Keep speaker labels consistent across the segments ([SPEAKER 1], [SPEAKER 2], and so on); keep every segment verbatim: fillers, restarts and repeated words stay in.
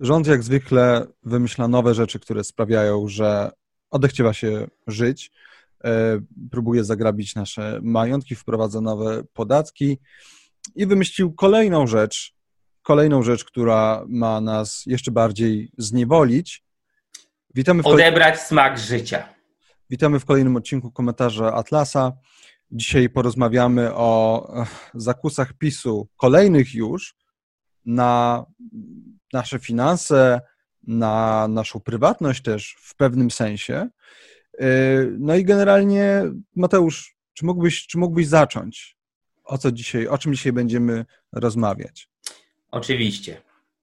[SPEAKER 1] Rząd jak zwykle wymyśla nowe rzeczy, które sprawiają, że odechciewa się żyć, próbuje zagrabić nasze majątki, wprowadza nowe podatki i wymyślił kolejną rzecz, kolejną rzecz, która ma nas jeszcze bardziej zniewolić. Witamy w kolej...
[SPEAKER 2] Odebrać smak życia.
[SPEAKER 1] Witamy w kolejnym odcinku Komentarza Atlasa. Dzisiaj porozmawiamy o zakusach PiSu, kolejnych już, na nasze finanse, na naszą prywatność też w pewnym sensie. No i generalnie, Mateusz, czy mógłbyś, czy mógłbyś zacząć? O co dzisiaj, o czym dzisiaj będziemy rozmawiać?
[SPEAKER 2] Oczywiście.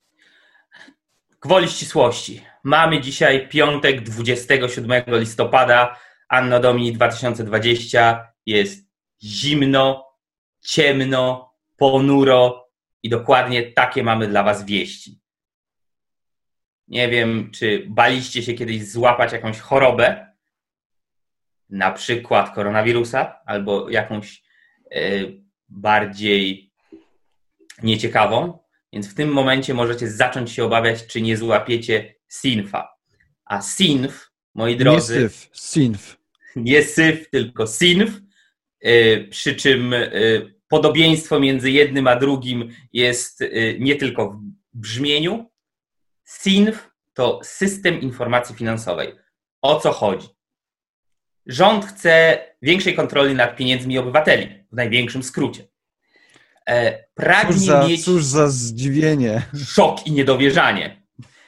[SPEAKER 2] Gwoli ścisłości. Mamy dzisiaj piątek, dwudziestego siódmego listopada, Anno Domini dwa tysiące dwudziesty. Jest zimno, ciemno, ponuro i dokładnie takie mamy dla was wieści. Nie wiem, czy baliście się kiedyś złapać jakąś chorobę, na przykład koronawirusa, albo jakąś y, bardziej nieciekawą, więc w tym momencie możecie zacząć się obawiać, czy nie złapiecie sinfa. A sinf, moi drodzy...
[SPEAKER 1] Nie syf, sinf.
[SPEAKER 2] Nie syf, tylko sinf, y, przy czym y, podobieństwo między jednym a drugim jest y, nie tylko w brzmieniu. Sinf to system informacji finansowej. O co chodzi? Rząd chce większej kontroli nad pieniędzmi obywateli, w największym skrócie. E, pragnie
[SPEAKER 1] cóż za,
[SPEAKER 2] mieć...
[SPEAKER 1] Cóż za zdziwienie.
[SPEAKER 2] Szok i niedowierzanie.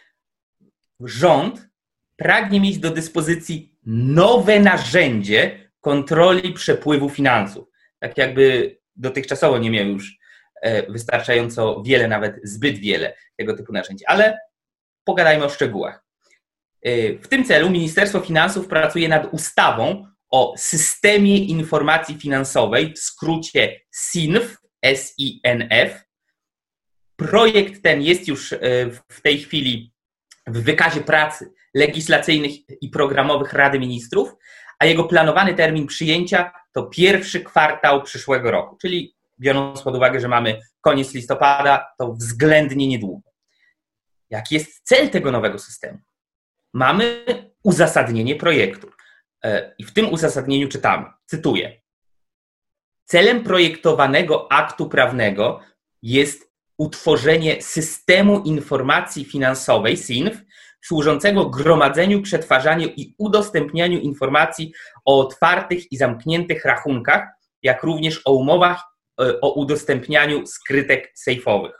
[SPEAKER 2] Rząd pragnie mieć do dyspozycji nowe narzędzie kontroli przepływu finansów. Tak jakby dotychczasowo nie miał już wystarczająco wiele, nawet zbyt wiele tego typu narzędzi. Ale pogadajmy o szczegółach. W tym celu Ministerstwo Finansów pracuje nad ustawą o systemie informacji finansowej, w skrócie sinf, S I N F. Projekt ten jest już w tej chwili w wykazie pracy legislacyjnych i programowych Rady Ministrów, a jego planowany termin przyjęcia to pierwszy kwartał przyszłego roku, czyli biorąc pod uwagę, że mamy koniec listopada, to względnie niedługo. Jaki jest cel tego nowego systemu? Mamy uzasadnienie projektu i w tym uzasadnieniu czytamy, cytuję: celem projektowanego aktu prawnego jest utworzenie systemu informacji finansowej sinf, służącego gromadzeniu, przetwarzaniu i udostępnianiu informacji o otwartych i zamkniętych rachunkach, jak również o umowach o udostępnianiu skrytek sejfowych.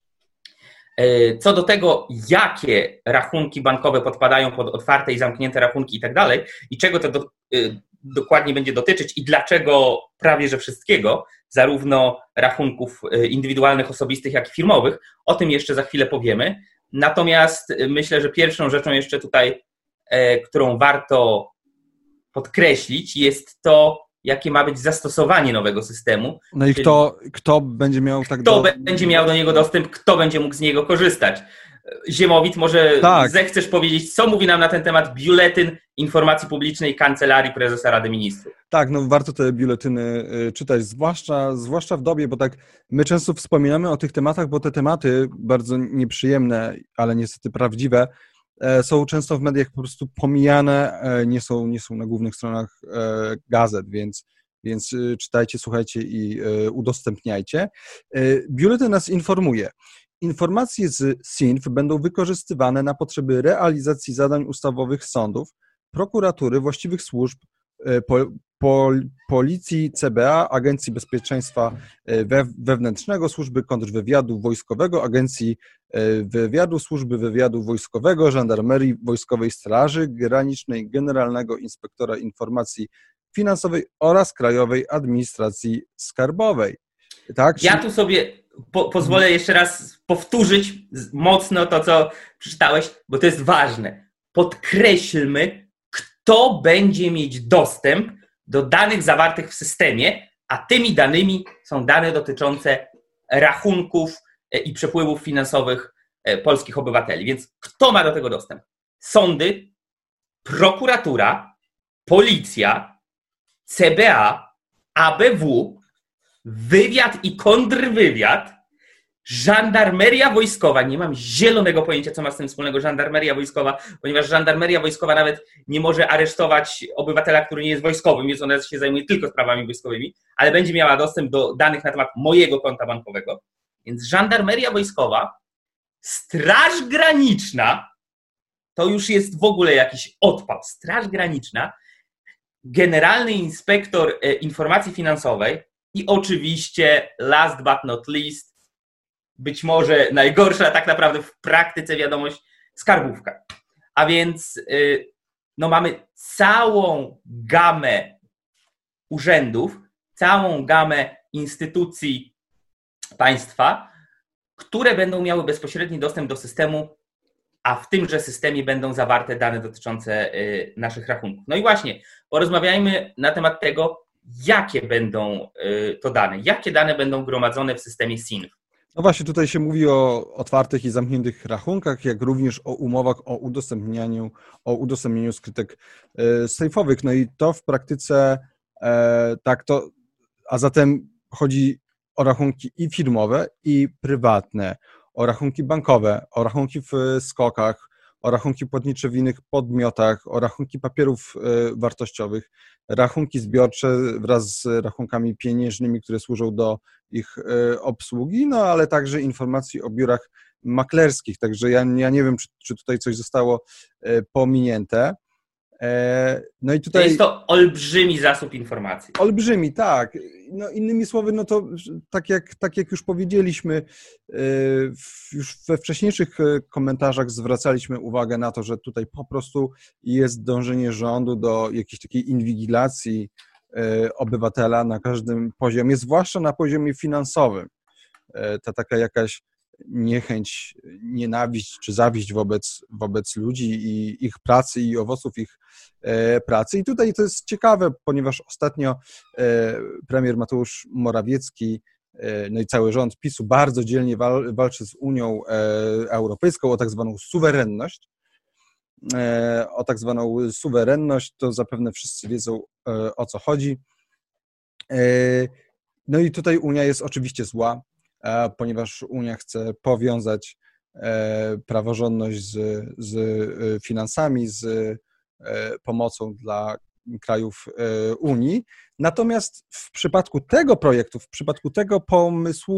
[SPEAKER 2] Co do tego, jakie rachunki bankowe podpadają pod otwarte i zamknięte rachunki i tak dalej, i czego to do, y, dokładnie będzie dotyczyć i dlaczego prawie że wszystkiego, zarówno rachunków indywidualnych, osobistych, jak i firmowych, o tym jeszcze za chwilę powiemy. Natomiast myślę, że pierwszą rzeczą jeszcze tutaj, e, którą warto podkreślić, jest to, jakie ma być zastosowanie nowego systemu.
[SPEAKER 1] No i kto, kto będzie miał tak
[SPEAKER 2] Kto
[SPEAKER 1] do...
[SPEAKER 2] będzie miał do niego dostęp, kto będzie mógł z niego korzystać. Ziemowit, może tak. Zechcesz powiedzieć, co mówi nam na ten temat Biuletyn Informacji Publicznej Kancelarii Prezesa Rady Ministrów?
[SPEAKER 1] Tak, no warto te biuletyny czytać, zwłaszcza, zwłaszcza w dobie, bo tak my często wspominamy o tych tematach, bo te tematy bardzo nieprzyjemne, ale niestety prawdziwe, są często w mediach po prostu pomijane, nie są, nie są na głównych stronach gazet, więc, więc czytajcie, słuchajcie i udostępniajcie. Biuletyn nas informuje. Informacje z sinf będą wykorzystywane na potrzeby realizacji zadań ustawowych sądów, prokuratury, właściwych służb, po, po, Policji, C B A, Agencji Bezpieczeństwa Wewnętrznego, Służby Kontrwywiadu Wojskowego, Agencji Wywiadu, Służby Wywiadu Wojskowego, Żandarmerii Wojskowej, Straży Granicznej, Generalnego Inspektora Informacji Finansowej oraz Krajowej Administracji Skarbowej. Tak?
[SPEAKER 2] Ja tu sobie po, pozwolę jeszcze raz powtórzyć mocno to, co przeczytałeś, bo to jest ważne. Podkreślmy, kto będzie mieć dostęp do danych zawartych w systemie, a tymi danymi są dane dotyczące rachunków i przepływów finansowych polskich obywateli. Więc kto ma do tego dostęp? Sądy, prokuratura, policja, C B A, A B W, wywiad i kontrwywiad Żandarmeria wojskowa, nie mam zielonego pojęcia, co ma z tym wspólnego żandarmeria wojskowa, ponieważ żandarmeria wojskowa nawet nie może aresztować obywatela, który nie jest wojskowym, więc ona się zajmuje tylko sprawami wojskowymi, ale będzie miała dostęp do danych na temat mojego konta bankowego. Więc żandarmeria wojskowa, Straż Graniczna, to już jest w ogóle jakiś odpał. Straż Graniczna, Generalny Inspektor Informacji Finansowej i oczywiście, last but not least, być może najgorsza tak naprawdę w praktyce wiadomość, skarbówka. A więc no, mamy całą gamę urzędów, całą gamę instytucji państwa, które będą miały bezpośredni dostęp do systemu, a w tymże systemie będą zawarte dane dotyczące naszych rachunków. No i właśnie, porozmawiajmy na temat tego, jakie będą to dane, jakie dane będą gromadzone w systemie S I N F.
[SPEAKER 1] No właśnie, tutaj się mówi o otwartych i zamkniętych rachunkach, jak również o umowach o udostępnianiu, o udostępnieniu skrytek sejfowych. No i to w praktyce tak to, a zatem chodzi o rachunki i firmowe, i prywatne, o rachunki bankowe, o rachunki w skokach, o rachunki płatnicze w innych podmiotach, o rachunki papierów wartościowych, rachunki zbiorcze wraz z rachunkami pieniężnymi, które służą do ich obsługi, no ale także informacji o biurach maklerskich. Także ja, ja nie wiem, czy, czy tutaj coś zostało pominięte. No i tutaj...
[SPEAKER 2] To jest to olbrzymi zasób informacji.
[SPEAKER 1] Olbrzymi, tak. No innymi słowy, no to tak jak, tak jak już powiedzieliśmy, już we wcześniejszych komentarzach zwracaliśmy uwagę na to, że tutaj po prostu jest dążenie rządu do jakiejś takiej inwigilacji obywatela na każdym poziomie, zwłaszcza na poziomie finansowym. Ta taka jakaś niechęć, nienawiść czy zawiść wobec, wobec ludzi i ich pracy i owoców ich pracy. I tutaj to jest ciekawe, ponieważ ostatnio premier Mateusz Morawiecki, no i cały rząd PiSu bardzo dzielnie wal, walczy z Unią Europejską o tak zwaną suwerenność. O tak zwaną suwerenność, to zapewne wszyscy wiedzą, o co chodzi. No i tutaj Unia jest oczywiście zła, ponieważ Unia chce powiązać praworządność z, z finansami, z pomocą dla krajów Unii. Natomiast w przypadku tego projektu, w przypadku tego pomysłu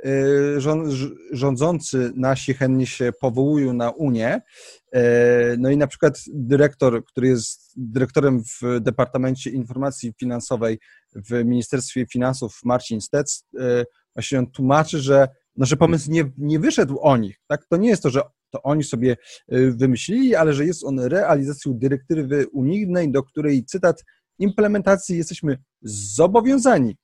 [SPEAKER 1] rządzący nasi chętnie się powołują na Unię. No i na przykład dyrektor, który jest dyrektorem w Departamencie Informacji Finansowej w Ministerstwie Finansów, Marcin Stec, właśnie on tłumaczy, że, no, że pomysł nie, nie wyszedł o nich. Tak? To nie jest to, że to oni sobie wymyślili, ale że jest on realizacją dyrektywy unijnej, do której, cytat, implementacji jesteśmy zobowiązani.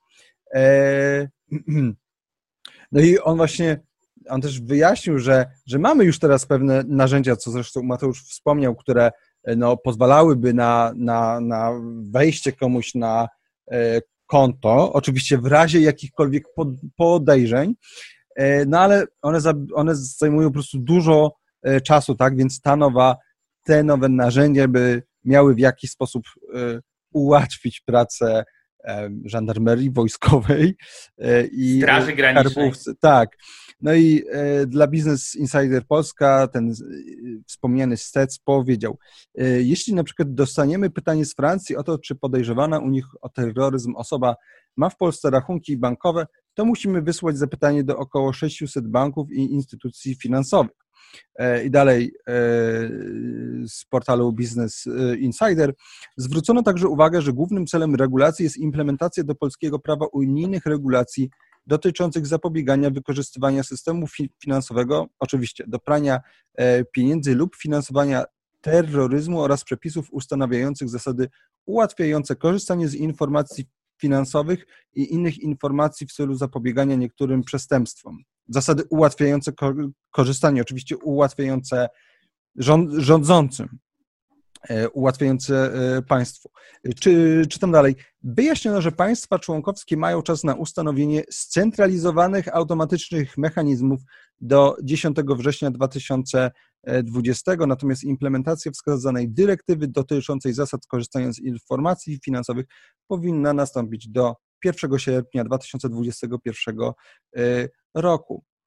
[SPEAKER 1] No i on właśnie, on też wyjaśnił, że, że mamy już teraz pewne narzędzia, co zresztą Mateusz wspomniał, które no, pozwalałyby na, na, na wejście komuś na konto, oczywiście w razie jakichkolwiek podejrzeń, no ale one, za, one zajmują po prostu dużo czasu, tak, więc ta nowa, te nowe narzędzia by miały w jakiś sposób ułatwić pracę żandarmerii wojskowej i
[SPEAKER 2] Straży Granicznej.
[SPEAKER 1] Tak. No i dla Business Insider Polska ten wspomniany Stec powiedział: jeśli na przykład dostaniemy pytanie z Francji o to, czy podejrzewana u nich o terroryzm osoba ma w Polsce rachunki bankowe, to musimy wysłać zapytanie do około sześciuset banków i instytucji finansowych. I dalej z portalu Business Insider zwrócono także uwagę, że głównym celem regulacji jest implementacja do polskiego prawa unijnych regulacji dotyczących zapobiegania wykorzystywania systemu finansowego, oczywiście do prania pieniędzy lub finansowania terroryzmu oraz przepisów ustanawiających zasady ułatwiające korzystanie z informacji finansowych i innych informacji w celu zapobiegania niektórym przestępstwom. Zasady ułatwiające korzystanie, oczywiście ułatwiające rząd, rządzącym, ułatwiające państwu. Czy, czytam dalej. Wyjaśniono, że państwa członkowskie mają czas na ustanowienie scentralizowanych, automatycznych mechanizmów do dziesiątego września dwa tysiące dwudziestego, natomiast implementacja wskazanej dyrektywy dotyczącej zasad korzystania z informacji finansowych powinna nastąpić do pierwszego sierpnia dwa tysiące dwudziestego pierwszego roku.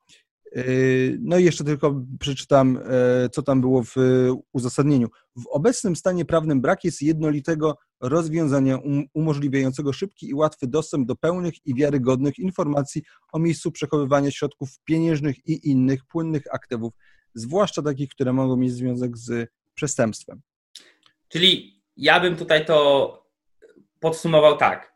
[SPEAKER 1] No i jeszcze tylko przeczytam, co tam było w uzasadnieniu. W obecnym stanie prawnym brak jest jednolitego rozwiązania umożliwiającego szybki i łatwy dostęp do pełnych i wiarygodnych informacji o miejscu przechowywania środków pieniężnych i innych płynnych aktywów, zwłaszcza takich, które mogą mieć związek z przestępstwem.
[SPEAKER 2] Czyli ja bym tutaj to podsumował tak.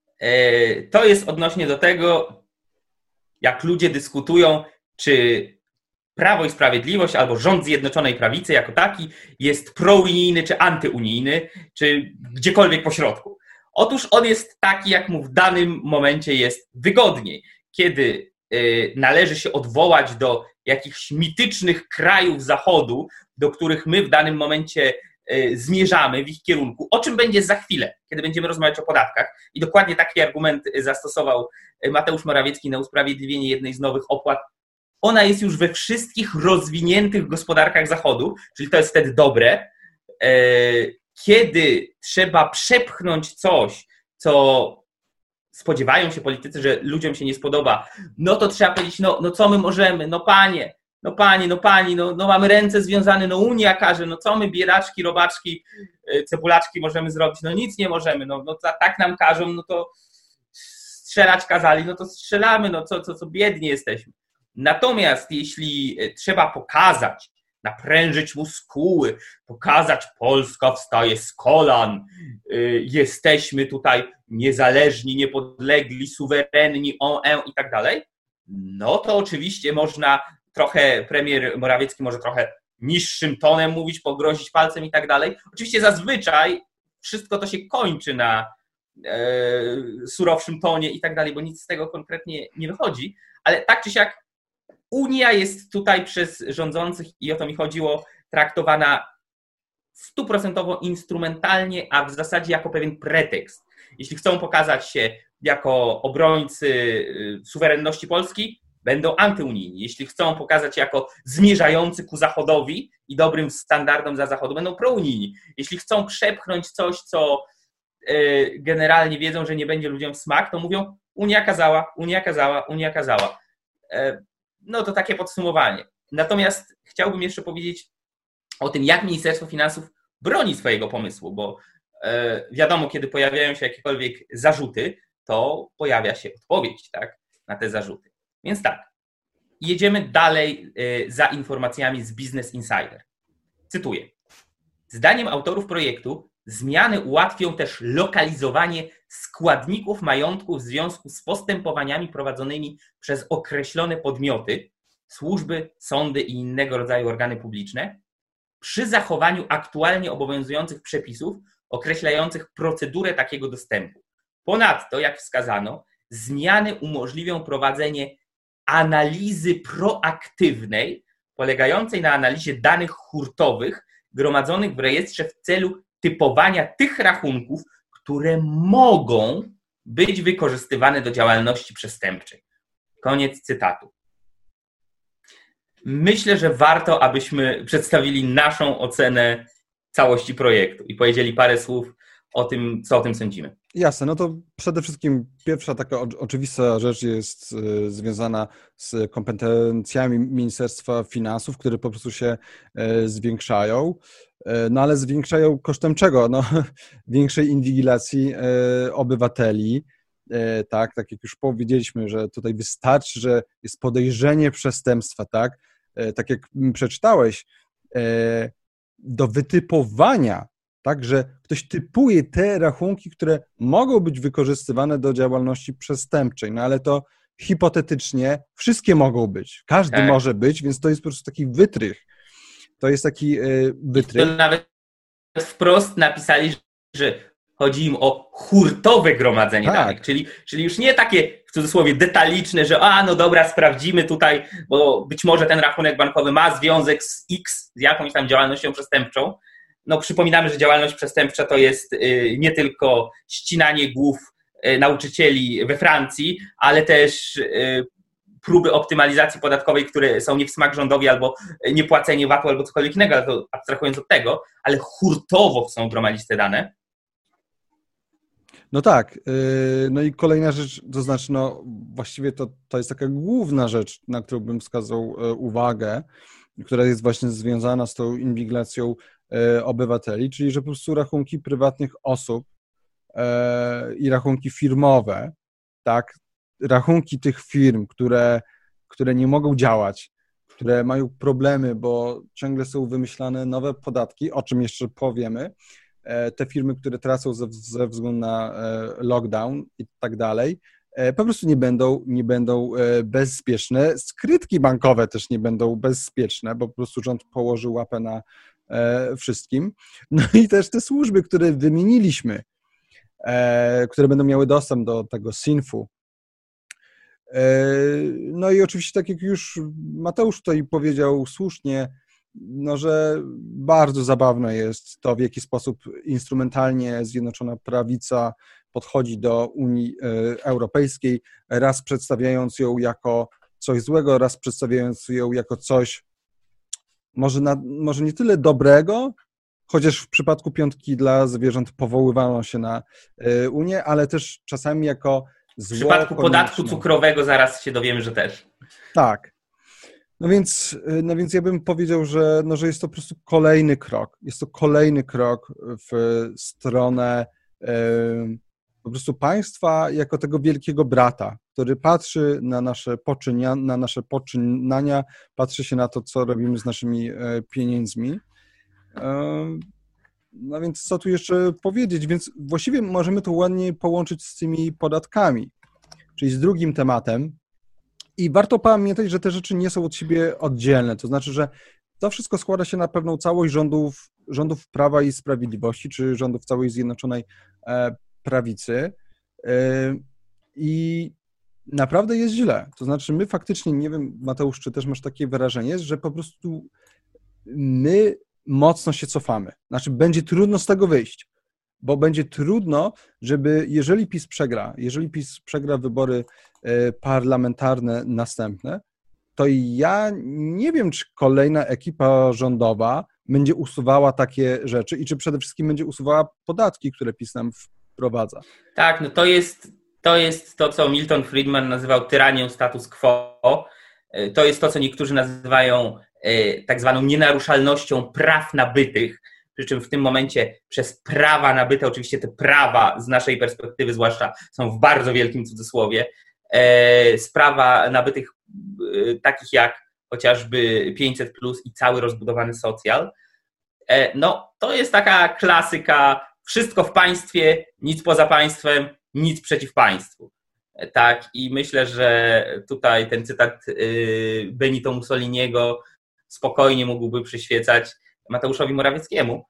[SPEAKER 2] To jest odnośnie do tego, jak ludzie dyskutują, czy Prawo i Sprawiedliwość albo rząd Zjednoczonej Prawicy jako taki jest prounijny czy antyunijny, czy gdziekolwiek pośrodku. Otóż on jest taki, jak mu w danym momencie jest wygodniej. Kiedy należy się odwołać do jakichś mitycznych krajów Zachodu, do których my w danym momencie zmierzamy w ich kierunku, o czym będzie za chwilę, kiedy będziemy rozmawiać o podatkach. I dokładnie taki argument zastosował Mateusz Morawiecki na usprawiedliwienie jednej z nowych opłat. Ona jest już we wszystkich rozwiniętych gospodarkach Zachodu, czyli to jest wtedy dobre. Kiedy trzeba przepchnąć coś, co spodziewają się politycy, że ludziom się nie spodoba, no to trzeba powiedzieć, no, no co my możemy, no panie, no pani, no pani, no, no mamy ręce związane, no Unia każe, no co my biedaczki, robaczki, cebulaczki możemy zrobić, no nic nie możemy, no, no tak nam każą, no to strzelać kazali, no to strzelamy, no co, co, co biedni jesteśmy. Natomiast jeśli trzeba pokazać, naprężyć muskuły, pokazać, Polska wstaje z kolan, jesteśmy tutaj niezależni, niepodlegli, suwerenni, on, en i tak dalej, no to oczywiście można trochę, premier Morawiecki może trochę niższym tonem mówić, pogrozić palcem i tak dalej. Oczywiście zazwyczaj wszystko to się kończy na e, surowszym tonie i tak dalej, bo nic z tego konkretnie nie wychodzi, ale tak czy siak Unia jest tutaj przez rządzących, i o to mi chodziło, traktowana stuprocentowo instrumentalnie, a w zasadzie jako pewien pretekst. Jeśli chcą pokazać się jako obrońcy suwerenności Polski, będą antyunijni. Jeśli chcą pokazać się jako zmierzający ku Zachodowi i dobrym standardom za Zachodu, będą prounijni. Jeśli chcą przepchnąć coś, co generalnie wiedzą, że nie będzie ludziom w smak, to mówią Unia kazała, Unia kazała, Unia kazała. No to takie podsumowanie. Natomiast chciałbym jeszcze powiedzieć o tym, jak Ministerstwo Finansów broni swojego pomysłu, bo wiadomo, kiedy pojawiają się jakiekolwiek zarzuty, to pojawia się odpowiedź, tak, na te zarzuty. Więc tak, jedziemy dalej za informacjami z Business Insider. Cytuję. Zdaniem autorów projektu zmiany ułatwią też lokalizowanie składników majątku w związku z postępowaniami prowadzonymi przez określone podmioty, służby, sądy i innego rodzaju organy publiczne, przy zachowaniu aktualnie obowiązujących przepisów określających procedurę takiego dostępu. Ponadto, jak wskazano, zmiany umożliwią prowadzenie analizy proaktywnej, polegającej na analizie danych hurtowych gromadzonych w rejestrze w celu typowania tych rachunków, które mogą być wykorzystywane do działalności przestępczej. Koniec cytatu. Myślę, że warto, abyśmy przedstawili naszą ocenę całości projektu i powiedzieli parę słów o tym, co o tym sądzimy.
[SPEAKER 1] Jasne, no to przede wszystkim pierwsza taka oczywista rzecz jest y, związana z kompetencjami Ministerstwa Finansów, które po prostu się y, zwiększają, y, no ale zwiększają kosztem czego? No, większej inwigilacji y, obywateli, y, tak, tak jak już powiedzieliśmy, że tutaj wystarczy, że jest podejrzenie przestępstwa, tak, y, tak jak przeczytałeś, y, do wytypowania, tak, że ktoś typuje te rachunki, które mogą być wykorzystywane do działalności przestępczej, no ale to hipotetycznie wszystkie mogą być, każdy tak. może być, więc to jest po prostu taki wytrych. To jest taki y, wytrych.
[SPEAKER 2] To nawet wprost napisali, że chodzi im o hurtowe gromadzenie tak. danych, czyli, czyli już nie takie w cudzysłowie detaliczne, że a no dobra, sprawdzimy tutaj, bo być może ten rachunek bankowy ma związek z X, z jakąś tam działalnością przestępczą. No przypominamy, że działalność przestępcza to jest nie tylko ścinanie głów nauczycieli we Francji, ale też próby optymalizacji podatkowej, które są nie w smak rządowi, albo niepłacenie V A T-u, albo cokolwiek innego, ale to abstrahując od tego, ale hurtowo chcą gromadzić te dane.
[SPEAKER 1] No tak. No i kolejna rzecz, to znaczy, no właściwie to, to jest taka główna rzecz, na którą bym wskazał uwagę, która jest właśnie związana z tą inwigilacją obywateli, czyli że po prostu rachunki prywatnych osób i rachunki firmowe, tak, rachunki tych firm, które, które nie mogą działać, które mają problemy, bo ciągle są wymyślane nowe podatki, o czym jeszcze powiemy, te firmy, które tracą ze, ze względu na lockdown i tak dalej, po prostu nie będą, nie będą bezpieczne. Skrytki bankowe też nie będą bezpieczne, bo po prostu rząd położył łapę na wszystkim. No i też te służby, które wymieniliśmy, które będą miały dostęp do tego sinfu. No i oczywiście, tak jak już Mateusz tutaj powiedział słusznie, no, że bardzo zabawne jest to, w jaki sposób instrumentalnie Zjednoczona Prawica podchodzi do Unii Europejskiej, raz przedstawiając ją jako coś złego, raz przedstawiając ją jako coś może, na, może nie tyle dobrego, chociaż w przypadku piątki dla zwierząt powoływano się na Unię, ale też czasami jako zło.
[SPEAKER 2] W przypadku
[SPEAKER 1] konieczne.
[SPEAKER 2] Podatku cukrowego zaraz się dowiemy, że też.
[SPEAKER 1] Tak. No więc, no więc ja bym powiedział, że, no, że jest to po prostu kolejny krok. Jest to kolejny krok w stronę e, po prostu państwa jako tego wielkiego brata, który patrzy na nasze, poczynia, na nasze poczynania, patrzy się na to, co robimy z naszymi e, pieniędzmi. E, no więc co tu jeszcze powiedzieć? Więc właściwie możemy to ładnie połączyć z tymi podatkami, czyli z drugim tematem. I warto pamiętać, że te rzeczy nie są od siebie oddzielne, to znaczy, że to wszystko składa się na pewną całość rządów, rządów Prawa i Sprawiedliwości, czy rządów całej Zjednoczonej Prawicy i naprawdę jest źle. To znaczy my faktycznie, nie wiem, Mateusz, czy też masz takie wrażenie, że po prostu my mocno się cofamy. Znaczy będzie trudno z tego wyjść, bo będzie trudno, żeby, jeżeli PiS przegra, jeżeli PiS przegra wybory parlamentarne następne, to ja nie wiem, czy kolejna ekipa rządowa będzie usuwała takie rzeczy i czy przede wszystkim będzie usuwała podatki, które PiS nam wprowadza.
[SPEAKER 2] Tak, no to jest to, jest to co Milton Friedman nazywał tyranią status quo. To jest to, co niektórzy nazywają tak zwaną nienaruszalnością praw nabytych, przy czym w tym momencie przez prawa nabyte, oczywiście te prawa z naszej perspektywy zwłaszcza są w bardzo wielkim cudzysłowie, z prawa nabytych takich jak chociażby pięćset plus i cały rozbudowany socjal, no to jest taka klasyka, wszystko w państwie, nic poza państwem, nic przeciw państwu. Tak, i myślę, że tutaj ten cytat Benito Mussoliniego spokojnie mógłby przyświecać Mateuszowi Morawieckiemu.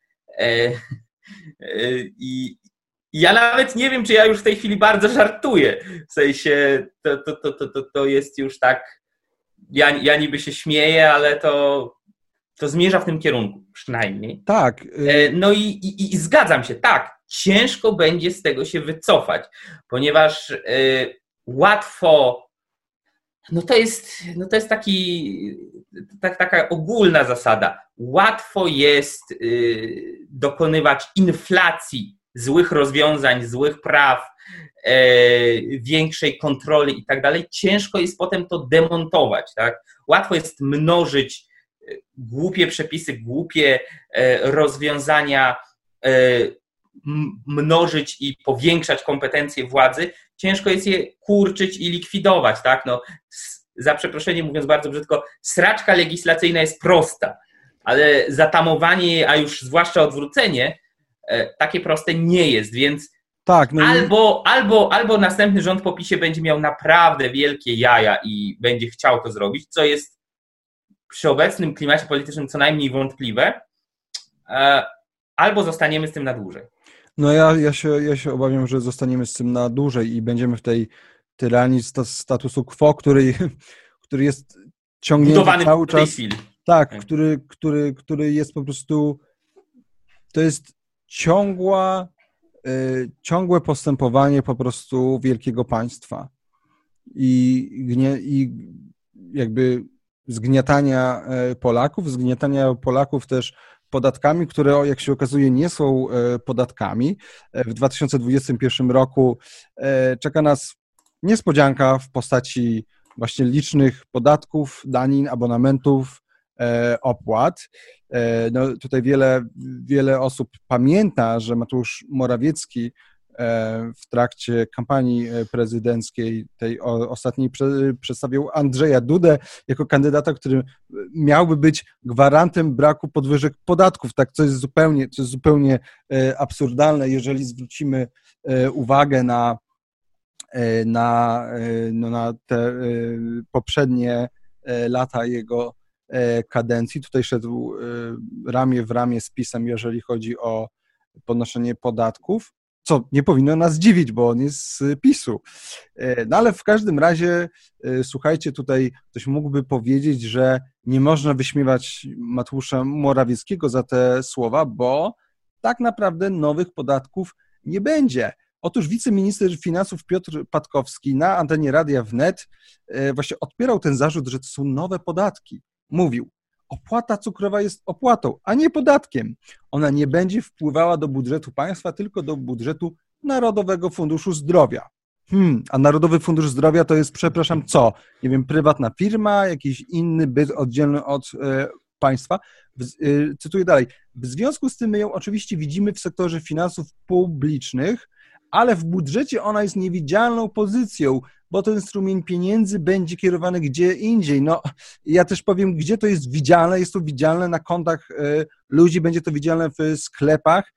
[SPEAKER 2] I ja nawet nie wiem, czy ja już w tej chwili bardzo żartuję. W sensie to, to, to, to, to jest już tak, ja, ja niby się śmieję, ale to, to zmierza w tym kierunku przynajmniej.
[SPEAKER 1] Tak.
[SPEAKER 2] No i, i, i zgadzam się, tak, ciężko będzie z tego się wycofać, ponieważ y, łatwo, no to jest, no to jest taki, tak, taka ogólna zasada, łatwo jest y, dokonywać inflacji złych rozwiązań, złych praw, e, większej kontroli i tak dalej, ciężko jest potem to demontować. Tak? Łatwo jest mnożyć głupie przepisy, głupie e, rozwiązania, e, mnożyć i powiększać kompetencje władzy. Ciężko jest je kurczyć i likwidować. Tak? No, za przeproszeniem mówiąc bardzo brzydko, sraczka legislacyjna jest prosta, ale zatamowanie jej, a już zwłaszcza odwrócenie, takie proste nie jest, więc tak, no albo, i... albo, albo następny rząd po PiSie będzie miał naprawdę wielkie jaja i będzie chciał to zrobić, co jest przy obecnym klimacie politycznym co najmniej wątpliwe, albo zostaniemy z tym na dłużej.
[SPEAKER 1] No ja, ja, się, ja się obawiam, że zostaniemy z tym na dłużej i będziemy w tej tyranii statusu quo, który, który jest ciągnięty budowany cały czas.
[SPEAKER 2] W tej chwili.
[SPEAKER 1] Tak, tak. Który, który, który jest po prostu, to jest ciągła, y, ciągłe postępowanie po prostu wielkiego państwa i, gnie, i jakby zgniatania Polaków, zgniatania Polaków też podatkami, które jak się okazuje nie są podatkami. W dwa tysiące dwudziestym pierwszym roku czeka nas niespodzianka w postaci właśnie licznych podatków, danin, abonamentów, opłat. No, tutaj wiele, wiele osób pamięta, że Mateusz Morawiecki w trakcie kampanii prezydenckiej, tej ostatniej, przedstawił Andrzeja Dudę jako kandydata, który miałby być gwarantem braku podwyżek podatków. Tak, co jest zupełnie, co jest zupełnie absurdalne, jeżeli zwrócimy uwagę na, na, no, na te poprzednie lata jego kadencji. Tutaj szedł ramię w ramię z PiS-em, jeżeli chodzi o podnoszenie podatków, co nie powinno nas dziwić, bo on jest z PiS-u. No ale w każdym razie, słuchajcie, tutaj ktoś mógłby powiedzieć, że nie można wyśmiewać Mateusza Morawieckiego za te słowa, bo tak naprawdę nowych podatków nie będzie. Otóż wiceminister finansów Piotr Patkowski na antenie Radia Wnet właśnie odpierał ten zarzut, że to są nowe podatki. Mówił: opłata cukrowa jest opłatą, a nie podatkiem. Ona nie będzie wpływała do budżetu państwa, tylko do budżetu Narodowego Funduszu Zdrowia. Hmm, a Narodowy Fundusz Zdrowia to jest, przepraszam, co? Nie wiem, prywatna firma, jakiś inny byt oddzielny od e, państwa. W, e, cytuję dalej. W związku z tym my ją oczywiście widzimy w sektorze finansów publicznych, ale w budżecie ona jest niewidzialną pozycją, bo ten strumień pieniędzy będzie kierowany gdzie indziej. No, ja też powiem, gdzie to jest widzialne. Jest to widzialne na kontach ludzi, będzie to widzialne w sklepach,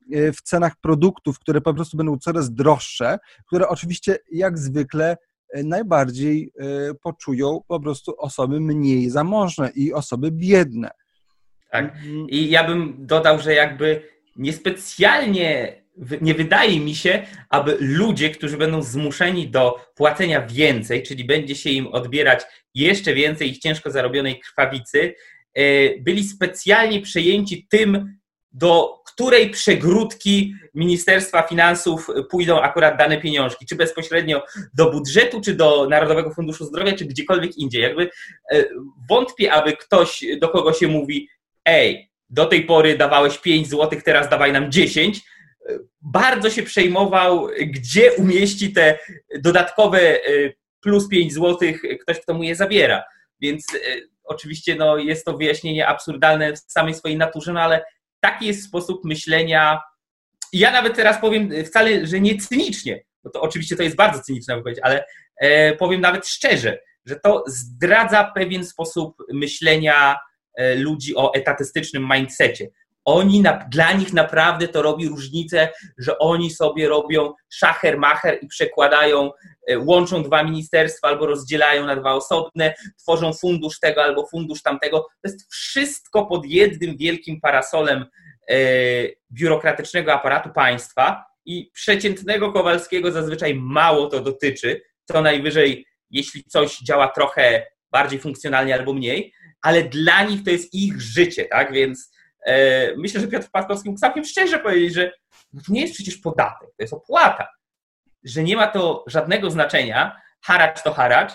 [SPEAKER 1] w cenach produktów, które po prostu będą coraz droższe, które oczywiście jak zwykle najbardziej poczują po prostu osoby mniej zamożne i osoby biedne.
[SPEAKER 2] Tak. I ja bym dodał, że jakby niespecjalnie nie wydaje mi się, aby ludzie, którzy będą zmuszeni do płacenia więcej, czyli będzie się im odbierać jeszcze więcej ich ciężko zarobionej krwawicy, byli specjalnie przejęci tym, do której przegródki Ministerstwa Finansów pójdą akurat dane pieniążki, czy bezpośrednio do budżetu, czy do Narodowego Funduszu Zdrowia, czy gdziekolwiek indziej. Jakby wątpię, aby ktoś, do kogo się mówi: ej, do tej pory dawałeś pięć złotych, teraz dawaj nam dziesięć, bardzo się przejmował, gdzie umieści te dodatkowe plus pięć złotych ktoś, kto mu je zabiera. Więc oczywiście no, jest to wyjaśnienie absurdalne w samej swojej naturze, no ale taki jest sposób myślenia. Ja nawet teraz powiem wcale, że nie cynicznie, bo to oczywiście to jest bardzo cyniczna wypowiedź, ale e, powiem nawet szczerze, że to zdradza pewien sposób myślenia e, ludzi o etatystycznym mindsetie. Oni, na, dla nich naprawdę to robi różnicę, że oni sobie robią szacher-macher i przekładają, łączą dwa ministerstwa albo rozdzielają na dwa osobne, tworzą fundusz tego albo fundusz tamtego. To jest wszystko pod jednym wielkim parasolem e, biurokratycznego aparatu państwa i przeciętnego Kowalskiego zazwyczaj mało to dotyczy, co najwyżej, jeśli coś działa trochę bardziej funkcjonalnie albo mniej, ale dla nich to jest ich życie, tak, więc myślę, że Piotr Patkowski mógł całkiem szczerze powiedzieć, że to nie jest przecież podatek, to jest opłata, że nie ma to żadnego znaczenia, haracz to haracz,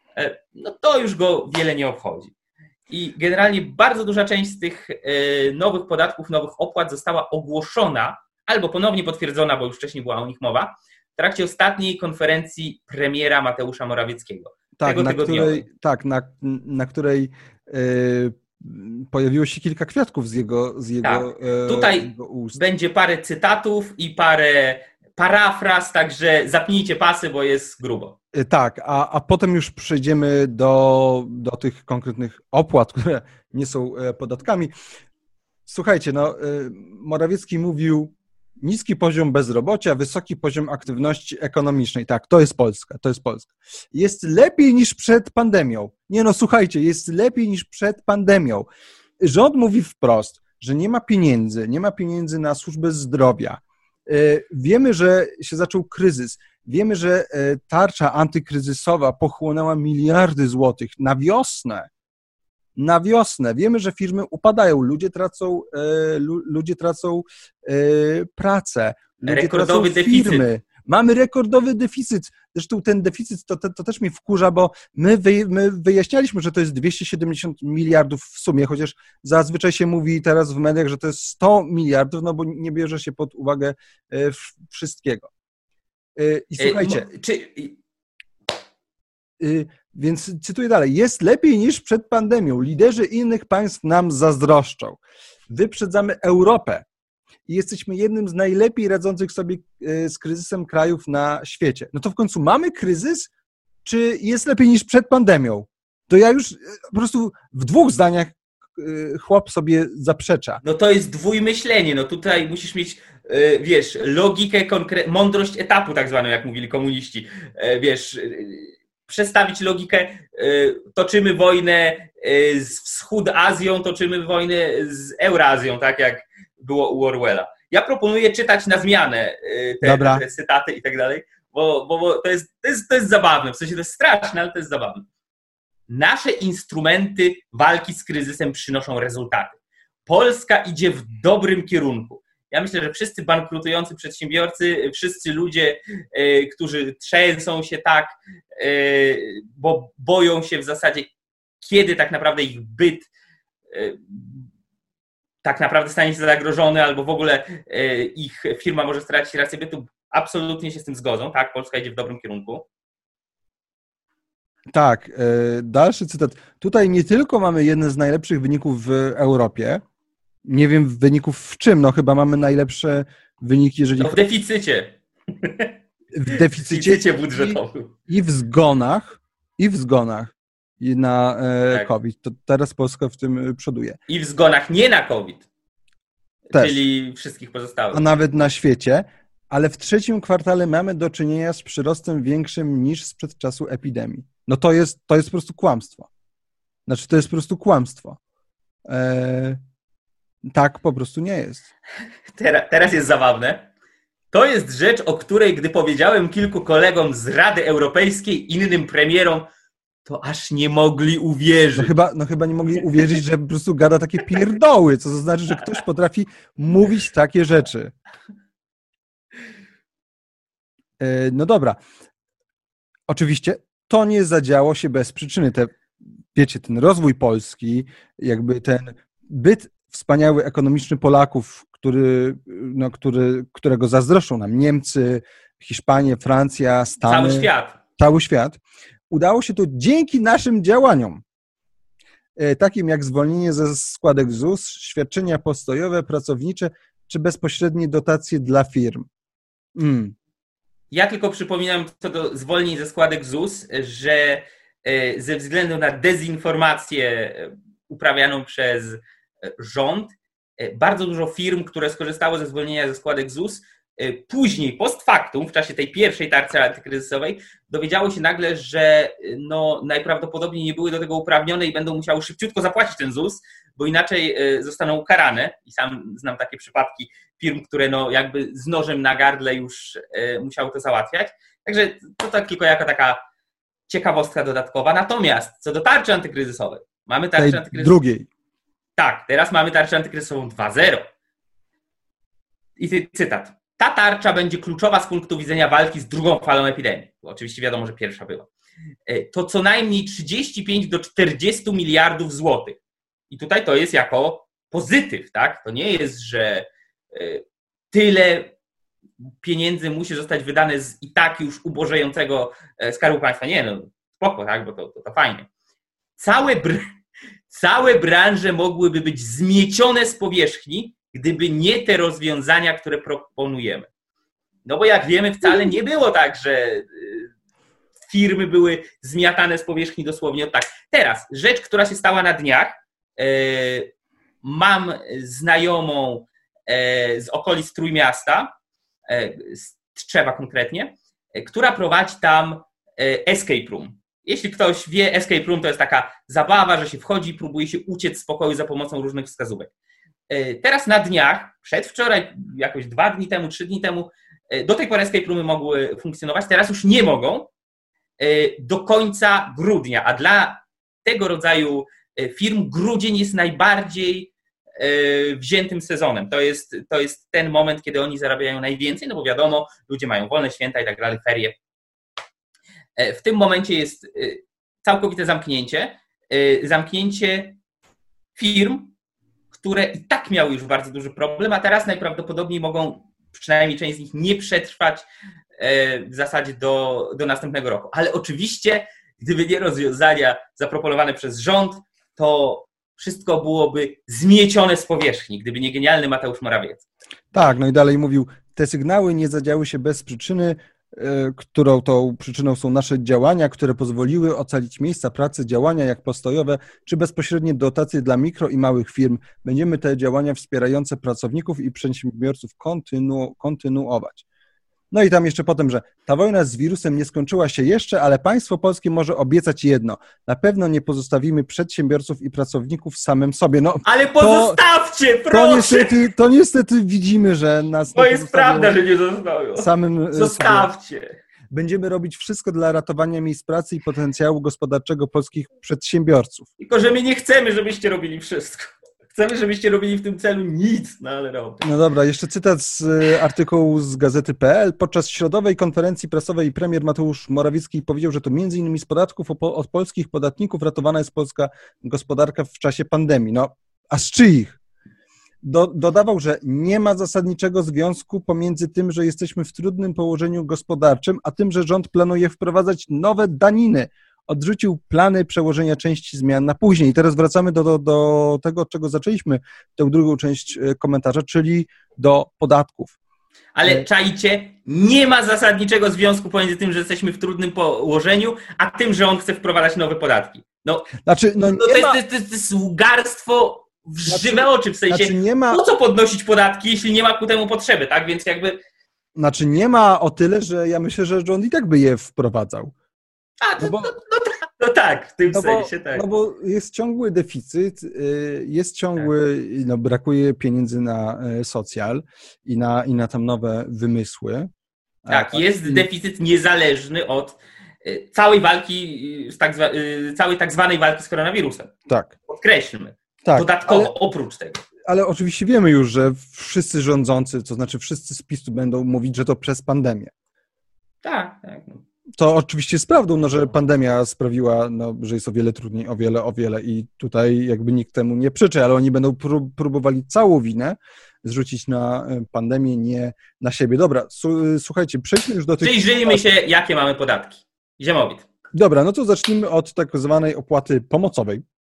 [SPEAKER 2] no to już go wiele nie obchodzi. I generalnie bardzo duża część z tych nowych podatków, nowych opłat została ogłoszona albo ponownie potwierdzona, bo już wcześniej była o nich mowa, w trakcie ostatniej konferencji premiera Mateusza Morawieckiego.
[SPEAKER 1] Tak, na której, tak, na, na której yy... pojawiło się kilka kwiatków z jego, z jego,
[SPEAKER 2] tak. Tutaj
[SPEAKER 1] jego ust.
[SPEAKER 2] Będzie parę cytatów i parę parafraz, także zapnijcie pasy, bo jest grubo.
[SPEAKER 1] Tak, a, a potem już przejdziemy do, do tych konkretnych opłat, które nie są podatkami. Słuchajcie, no, Morawiecki mówił: niski poziom bezrobocia, wysoki poziom aktywności ekonomicznej. Tak, to jest Polska, to jest Polska. Jest lepiej niż przed pandemią. Nie no, słuchajcie, jest lepiej niż przed pandemią. Rząd mówi wprost, że nie ma pieniędzy, nie ma pieniędzy na służbę zdrowia. Wiemy, że się zaczął kryzys. Wiemy, że tarcza antykryzysowa pochłonęła miliardy złotych na wiosnę. Na wiosnę. Wiemy, że firmy upadają, ludzie tracą, ludzie tracą pracę, ludzie
[SPEAKER 2] rekordowy
[SPEAKER 1] tracą firmy.
[SPEAKER 2] deficyt.
[SPEAKER 1] Mamy rekordowy deficyt. Zresztą ten deficyt to, to, to też mnie wkurza, bo my, wy, my wyjaśnialiśmy, że to jest dwieście siedemdziesiąt miliardów w sumie, chociaż zazwyczaj się mówi teraz w mediach, że to jest sto miliardów, no bo nie bierze się pod uwagę wszystkiego. I słuchajcie... Czy... Więc cytuję dalej. Jest lepiej niż przed pandemią. Liderzy innych państw nam zazdroszczą. Wyprzedzamy Europę i jesteśmy jednym z najlepiej radzących sobie z kryzysem krajów na świecie. No to w końcu mamy kryzys, czy jest lepiej niż przed pandemią? To ja już po prostu w dwóch zdaniach chłop sobie zaprzecza.
[SPEAKER 2] No to jest dwójmyślenie. No tutaj musisz mieć, wiesz, logikę, konkre- mądrość etapu tak zwaną, jak mówili komuniści. Wiesz... przestawić logikę, toczymy wojnę z Wschód Azją, toczymy wojnę z Eurazją, tak jak było u Orwella. Ja proponuję czytać na zmianę te, te cytaty i tak dalej, bo, bo, bo to, jest, to, jest, to jest zabawne, w sensie to jest straszne, ale to jest zabawne. Nasze instrumenty walki z kryzysem przynoszą rezultaty. Polska idzie w dobrym kierunku. Ja myślę, że wszyscy bankrutujący przedsiębiorcy, wszyscy ludzie, y, którzy trzęsą się tak, y, bo boją się w zasadzie, kiedy tak naprawdę ich byt y, tak naprawdę stanie się zagrożony, albo w ogóle y, ich firma może stracić rację bytu, absolutnie się z tym zgodzą. Tak, Polska idzie w dobrym kierunku.
[SPEAKER 1] Tak, y, dalszy cytat. Tutaj nie tylko mamy jeden z najlepszych wyników w Europie, nie wiem wyników w czym, no chyba mamy najlepsze wyniki, jeżeli...
[SPEAKER 2] No w deficycie.
[SPEAKER 1] W deficycie,
[SPEAKER 2] deficycie budżetowym.
[SPEAKER 1] I, I w zgonach, i w zgonach i na e, tak. COVID. To teraz Polska w tym przoduje.
[SPEAKER 2] I w zgonach nie na COVID, też. Czyli wszystkich pozostałych.
[SPEAKER 1] A nawet na świecie, ale w trzecim kwartale mamy do czynienia z przyrostem większym niż sprzed czasu epidemii. No to jest, to jest po prostu kłamstwo. Znaczy to jest po prostu kłamstwo. E, Tak po prostu nie jest.
[SPEAKER 2] Teraz, teraz jest zabawne. To jest rzecz, o której gdy powiedziałem kilku kolegom z Rady Europejskiej, innym premierom, to aż nie mogli uwierzyć.
[SPEAKER 1] No chyba, no chyba nie mogli uwierzyć, że po prostu gada takie pierdoły, co to znaczy, że ktoś potrafi mówić takie rzeczy. No dobra. Oczywiście to nie zadziało się bez przyczyny. Te, wiecie, ten rozwój Polski, jakby ten byt wspaniały ekonomiczny Polaków, który, no, który, którego zazdroszczą nam Niemcy, Hiszpania, Francja, Stany.
[SPEAKER 2] Cały świat.
[SPEAKER 1] Cały świat. Udało się to dzięki naszym działaniom, takim jak zwolnienie ze składek Z U S, świadczenia postojowe, pracownicze, czy bezpośrednie dotacje dla firm. Mm.
[SPEAKER 2] Ja tylko przypominam co do zwolnień ze składek Z U S, że ze względu na dezinformację uprawianą przez rząd, bardzo dużo firm, które skorzystało ze zwolnienia ze składek Z U S, później, post factum, w czasie tej pierwszej tarczy antykryzysowej, dowiedziało się nagle, że no, najprawdopodobniej nie były do tego uprawnione i będą musiały szybciutko zapłacić ten Z U S, bo inaczej zostaną ukarane. I sam znam takie przypadki firm, które no, jakby z nożem na gardle już musiały to załatwiać. Także to tak tylko jako taka ciekawostka dodatkowa. Natomiast co do tarczy antykryzysowej, mamy tarczę
[SPEAKER 1] tej
[SPEAKER 2] antykryzysową.
[SPEAKER 1] drugiej.
[SPEAKER 2] Tak, teraz mamy tarczę antykryzysową dwa zero. I cytat. Ta tarcza będzie kluczowa z punktu widzenia walki z drugą falą epidemii. Bo oczywiście wiadomo, że pierwsza była. To co najmniej trzydzieści pięć do czterdziestu miliardów złotych. I tutaj to jest jako pozytyw, tak? To nie jest, że tyle pieniędzy musi zostać wydane z i tak już ubożejącego Skarbu Państwa. Nie, no spoko, tak? Bo to, to, to fajnie. Całe, br- całe branże mogłyby być zmiecione z powierzchni, gdyby nie te rozwiązania, które proponujemy. No bo jak wiemy, wcale nie było tak, że firmy były zmiatane z powierzchni dosłownie tak. Teraz, rzecz, która się stała na dniach. Mam znajomą z okolic Trójmiasta, z Tczewa konkretnie, która prowadzi tam escape room. Jeśli ktoś wie, escape room to jest taka zabawa, że się wchodzi i próbuje się uciec z pokoju za pomocą różnych wskazówek. Teraz na dniach, przedwczoraj, jakoś dwa dni temu, trzy dni temu, do tej pory escape roomy mogły funkcjonować, teraz już nie mogą do końca grudnia, a dla tego rodzaju firm grudzień jest najbardziej wziętym sezonem. To jest, to jest ten moment, kiedy oni zarabiają najwięcej, no bo wiadomo, ludzie mają wolne święta i tak dalej, ferie. W tym momencie jest całkowite zamknięcie. Zamknięcie firm, które i tak miały już bardzo duży problem, a teraz najprawdopodobniej mogą, przynajmniej część z nich, nie przetrwać w zasadzie do, do następnego roku. Ale oczywiście, gdyby nie rozwiązania zaproponowane przez rząd, to wszystko byłoby zmiecione z powierzchni, gdyby nie genialny Mateusz Morawiecki.
[SPEAKER 1] Tak, no i dalej mówił, te sygnały nie zadziały się bez przyczyny, którą tą przyczyną są nasze działania, które pozwoliły ocalić miejsca pracy, działania jak postojowe, czy bezpośrednie dotacje dla mikro i małych firm. Będziemy te działania wspierające pracowników i przedsiębiorców kontynu- kontynuować. No i tam jeszcze potem, że ta wojna z wirusem nie skończyła się jeszcze, ale państwo polskie może obiecać jedno. Na pewno nie pozostawimy przedsiębiorców i pracowników samym sobie. No,
[SPEAKER 2] ale pozostawcie,
[SPEAKER 1] to,
[SPEAKER 2] proszę!
[SPEAKER 1] To niestety, to niestety widzimy, że nas...
[SPEAKER 2] To jest prawda, że nie zostawią.
[SPEAKER 1] Samym
[SPEAKER 2] Zostawcie.
[SPEAKER 1] Sobie. Będziemy robić wszystko dla ratowania miejsc pracy i potencjału gospodarczego polskich przedsiębiorców.
[SPEAKER 2] Tylko, że my nie chcemy, żebyście robili wszystko. Chcemy, żebyście robili w tym celu nic, no ale robię.
[SPEAKER 1] No dobra, jeszcze cytat z artykułu z Gazety kropka pe el. Podczas środowej konferencji prasowej premier Mateusz Morawiecki powiedział, że to między innymi z podatków od polskich podatników ratowana jest polska gospodarka w czasie pandemii. No, a z czyich? Do, dodawał, że nie ma zasadniczego związku pomiędzy tym, że jesteśmy w trudnym położeniu gospodarczym, a tym, że rząd planuje wprowadzać nowe daniny. Odrzucił plany przełożenia części zmian na później. I teraz wracamy do, do, do tego, od czego zaczęliśmy tę drugą część komentarza, czyli do podatków.
[SPEAKER 2] Ale czajcie, nie ma zasadniczego związku pomiędzy tym, że jesteśmy w trudnym położeniu, a tym, że on chce wprowadzać nowe podatki. No,
[SPEAKER 1] znaczy, no,
[SPEAKER 2] no to, jest, ma... to, jest, to, jest, to jest sługarstwo w
[SPEAKER 1] znaczy,
[SPEAKER 2] żywe oczy, w sensie,
[SPEAKER 1] znaczy nie ma...
[SPEAKER 2] po co podnosić podatki, jeśli nie ma ku temu potrzeby, tak? Więc jakby...
[SPEAKER 1] Znaczy nie ma o tyle, że ja myślę, że rząd i tak by je wprowadzał.
[SPEAKER 2] A, to, no, bo, no, no, no tak, w tym
[SPEAKER 1] no
[SPEAKER 2] sensie,
[SPEAKER 1] bo,
[SPEAKER 2] tak.
[SPEAKER 1] No bo jest ciągły deficyt, jest ciągły, tak. no brakuje pieniędzy na socjal i na, i na tam nowe wymysły.
[SPEAKER 2] Tak, jest I... deficyt niezależny od całej walki, tak zwa, całej tak zwanej walki z koronawirusem.
[SPEAKER 1] Tak.
[SPEAKER 2] Podkreślmy.
[SPEAKER 1] Tak,
[SPEAKER 2] dodatkowo,
[SPEAKER 1] ale,
[SPEAKER 2] oprócz tego.
[SPEAKER 1] Ale oczywiście wiemy już, że wszyscy rządzący, to znaczy wszyscy z PiS-u będą mówić, że to przez pandemię.
[SPEAKER 2] Tak, tak.
[SPEAKER 1] To oczywiście jest prawdą, no, że pandemia sprawiła, no, że jest o wiele trudniej, o wiele, o wiele i tutaj jakby nikt temu nie przeczy, ale oni będą prób, próbowali całą winę zrzucić na pandemię, nie na siebie. Dobra, słuchajcie, przejdźmy już do tych...
[SPEAKER 2] Przyjrzyjmy się, jakie mamy podatki. Ziemowit.
[SPEAKER 1] Dobra, no to zacznijmy od tak zwanej opłaty pomocowej.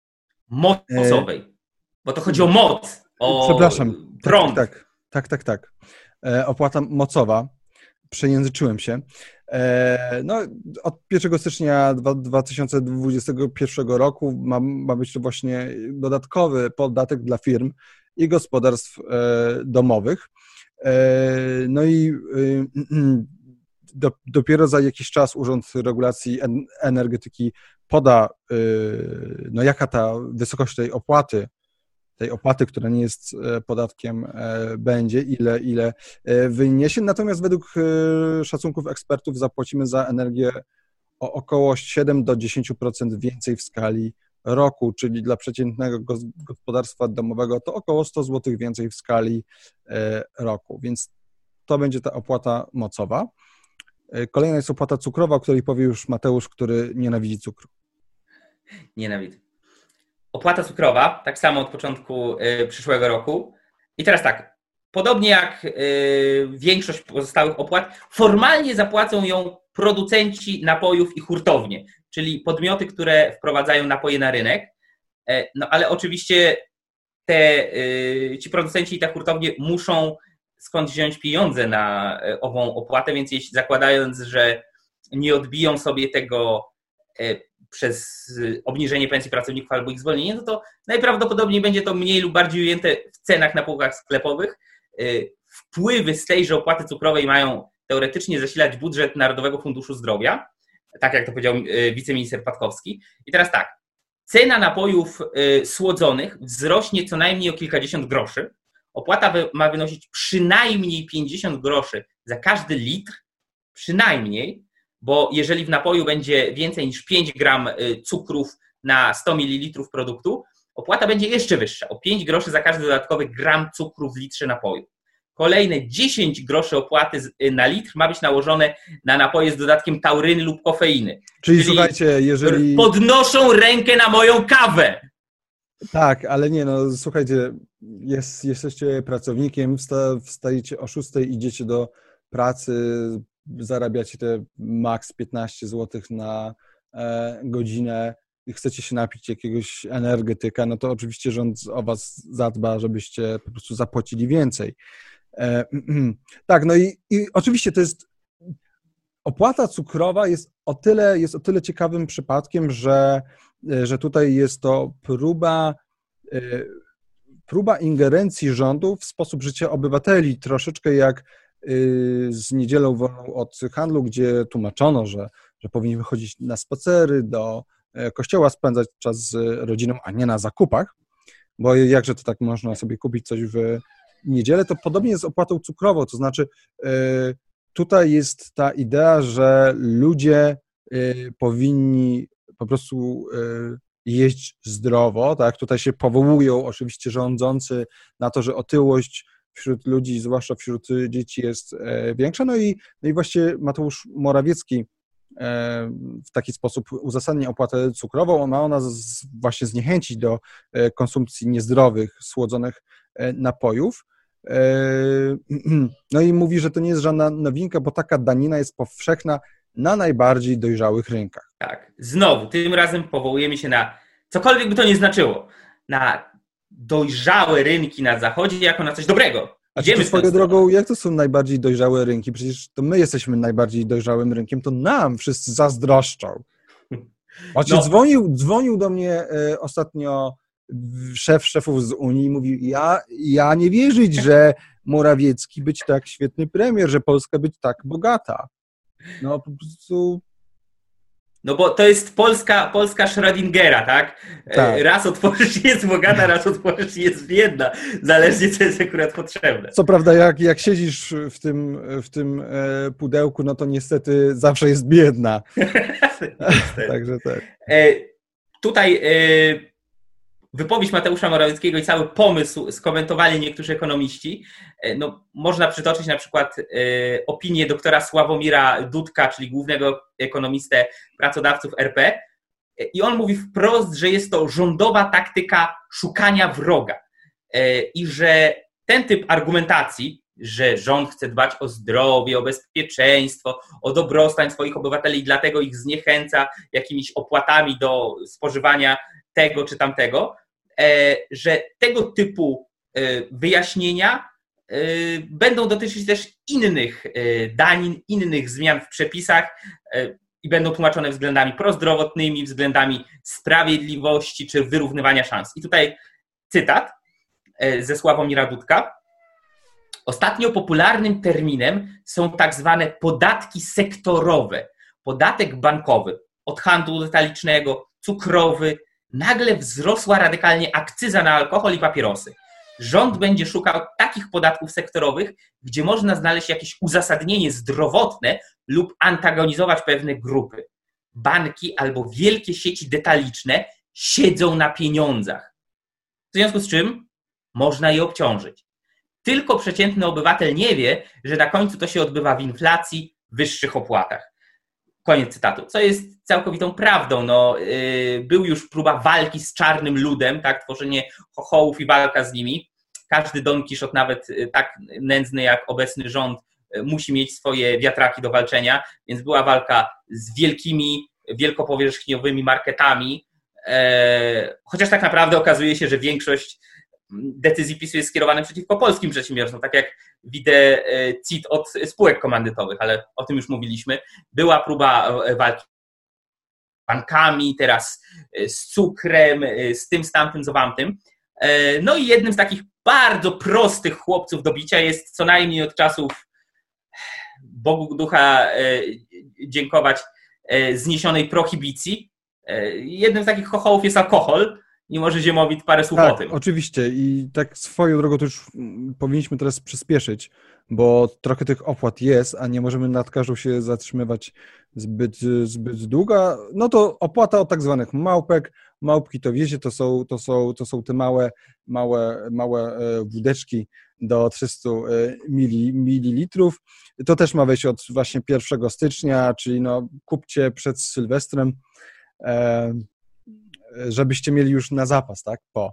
[SPEAKER 2] Mocowej, bo to chodzi o moc, o
[SPEAKER 1] Przepraszam,
[SPEAKER 2] prąd.
[SPEAKER 1] Tak, tak, tak, tak. tak. E, opłata mocowa, przejęzyczyłem się. E, no, od pierwszego stycznia dwa tysiące dwudziestego pierwszego roku ma, ma być to właśnie dodatkowy podatek dla firm i gospodarstw e, domowych. E, no i e, do, dopiero za jakiś czas Urząd Regulacji Energetyki poda, e, no jaka ta wysokość tej opłaty, tej opłaty, która nie jest podatkiem, będzie, ile, ile wyniesie. Natomiast według szacunków ekspertów zapłacimy za energię o około siedem do dziesięciu procent więcej w skali roku, czyli dla przeciętnego gospodarstwa domowego to około sto złotych więcej w skali roku, więc to będzie ta opłata mocowa. Kolejna jest opłata cukrowa, o której powie już Mateusz, który nienawidzi cukru.
[SPEAKER 2] Nienawidzi. Opłata cukrowa, tak samo od początku y, przyszłego roku. I teraz tak, podobnie jak y, większość pozostałych opłat, formalnie zapłacą ją producenci napojów i hurtownie, czyli podmioty, które wprowadzają napoje na rynek. E, no ale oczywiście te, y, ci producenci i te hurtownie muszą skąd wziąć pieniądze na y, ową opłatę, więc jeśli zakładając, że nie odbiją sobie tego y, przez obniżenie pensji pracowników albo ich zwolnienie, no to najprawdopodobniej będzie to mniej lub bardziej ujęte w cenach na półkach sklepowych. Wpływy z tejże opłaty cukrowej mają teoretycznie zasilać budżet Narodowego Funduszu Zdrowia, tak jak to powiedział wiceminister Patkowski. I teraz tak, cena napojów słodzonych wzrośnie co najmniej o kilkadziesiąt groszy. Opłata ma wynosić przynajmniej pięćdziesiąt groszy za każdy litr, przynajmniej, bo jeżeli w napoju będzie więcej niż pięć gram cukrów na sto mililitrów produktu, opłata będzie jeszcze wyższa, o pięć groszy za każdy dodatkowy gram cukru w litrze napoju. Kolejne dziesięć groszy opłaty na litr ma być nałożone na napoje z dodatkiem tauryny lub kofeiny.
[SPEAKER 1] Czyli, Czyli słuchajcie, jeżeli...
[SPEAKER 2] podnoszą rękę na moją kawę.
[SPEAKER 1] Tak, ale nie, no słuchajcie, jest, jesteście pracownikiem, wsta, wstajecie o szóstej, idziecie do pracy, zarabiacie te maks piętnaście złotych na e, godzinę i chcecie się napić jakiegoś energetyka, no to oczywiście rząd o was zadba, żebyście po prostu zapłacili więcej. E, tak, no i, i oczywiście to jest, opłata cukrowa jest o tyle, jest o tyle ciekawym przypadkiem, że, że tutaj jest to próba, próba ingerencji rządu w sposób życia obywateli, troszeczkę jak z niedzielą wolną od handlu, gdzie tłumaczono, że, że powinni wychodzić na spacery, do kościoła, spędzać czas z rodziną, a nie na zakupach, bo jakże to tak można sobie kupić coś w niedzielę, to podobnie jest z opłatą cukrową, to znaczy tutaj jest ta idea, że ludzie powinni po prostu jeść zdrowo, tak? Tutaj się powołują oczywiście rządzący na to, że otyłość wśród ludzi, zwłaszcza wśród dzieci jest większa, no i, no i właśnie Mateusz Morawiecki w taki sposób uzasadnia opłatę cukrową, ma ona z, właśnie zniechęcić do konsumpcji niezdrowych, słodzonych napojów. No i mówi, że to nie jest żadna nowinka, bo taka danina jest powszechna na najbardziej dojrzałych rynkach.
[SPEAKER 2] Tak, znowu, tym razem powołujemy się na, cokolwiek by to nie znaczyło, na dojrzałe rynki na zachodzie jako na coś dobrego.
[SPEAKER 1] A czy to swoją drogą, jak to są najbardziej dojrzałe rynki? Przecież to my jesteśmy najbardziej dojrzałym rynkiem, to nam wszyscy zazdroszczą. Znaczy, no. dzwonił, dzwonił do mnie e, ostatnio szef szefów z Unii i mówił, ja, ja nie wierzyć, że Morawiecki być tak świetny premier, że Polska być tak bogata. No po prostu...
[SPEAKER 2] No bo to jest Polska, Polska Schrödingera, tak? tak? Raz otworzysz i jest bogata, raz otworzysz i jest biedna. Zależnie, co jest akurat potrzebne.
[SPEAKER 1] Co prawda, jak, jak siedzisz w tym, w tym pudełku, no to niestety zawsze jest biedna. Także tak.
[SPEAKER 2] E, tutaj e, wypowiedź Mateusza Morawieckiego i cały pomysł skomentowali niektórzy ekonomiści. No, można przytoczyć na przykład opinię doktora Sławomira Dudka, czyli głównego ekonomistę pracodawców R P. I on mówi wprost, że jest to rządowa taktyka szukania wroga. I że ten typ argumentacji, że rząd chce dbać o zdrowie, o bezpieczeństwo, o dobrostan swoich obywateli i dlatego ich zniechęca jakimiś opłatami do spożywania tego czy tamtego, że tego typu wyjaśnienia będą dotyczyć też innych danin, innych zmian w przepisach i będą tłumaczone względami prozdrowotnymi, względami sprawiedliwości czy wyrównywania szans. I tutaj cytat ze Sławomira Dudka. Ostatnio popularnym terminem są tak zwane podatki sektorowe. Podatek bankowy od handlu detalicznego, cukrowy. Nagle wzrosła radykalnie akcyza na alkohol i papierosy. Rząd będzie szukał takich podatków sektorowych, gdzie można znaleźć jakieś uzasadnienie zdrowotne lub antagonizować pewne grupy. Banki albo wielkie sieci detaliczne siedzą na pieniądzach. W związku z czym można je obciążyć. Tylko przeciętny obywatel nie wie, że na końcu to się odbywa w inflacji, wyższych opłatach. Koniec cytatu. Co jest całkowitą prawdą. No, yy, był już próba walki z czarnym ludem, tak, tworzenie chochołów i walka z nimi. Każdy Don Kiszot, nawet yy, tak nędzny jak obecny rząd, yy, musi mieć swoje wiatraki do walczenia, więc była walka z wielkimi, wielkopowierzchniowymi marketami, yy, chociaż tak naprawdę okazuje się, że większość decyzji PiSu jest skierowane przeciwko polskim przedsiębiorcom, tak jak widzę C I T od spółek komandytowych, ale o tym już mówiliśmy. Była próba walki z bankami, teraz z cukrem, z tym, z tamtym, z owamtym. No i jednym z takich bardzo prostych chłopców do bicia jest co najmniej od czasów Bogu ducha dziękować zniesionej prohibicji. Jednym z takich chochołów jest alkohol. I może Ziemowit parę słów
[SPEAKER 1] tak,
[SPEAKER 2] o tym.
[SPEAKER 1] Oczywiście i tak swoją drogą to już powinniśmy teraz przyspieszyć, bo trochę tych opłat jest, a nie możemy nad każdą się zatrzymywać zbyt, zbyt długo. No to opłata od tak zwanych małpek. Małpki to wiecie, to są, to są, to są te małe, małe, małe wódeczki do trzysta mililitrów. To też ma wejść od właśnie pierwszego stycznia, czyli no kupcie przed Sylwestrem, żebyście mieli już na zapas, tak, po.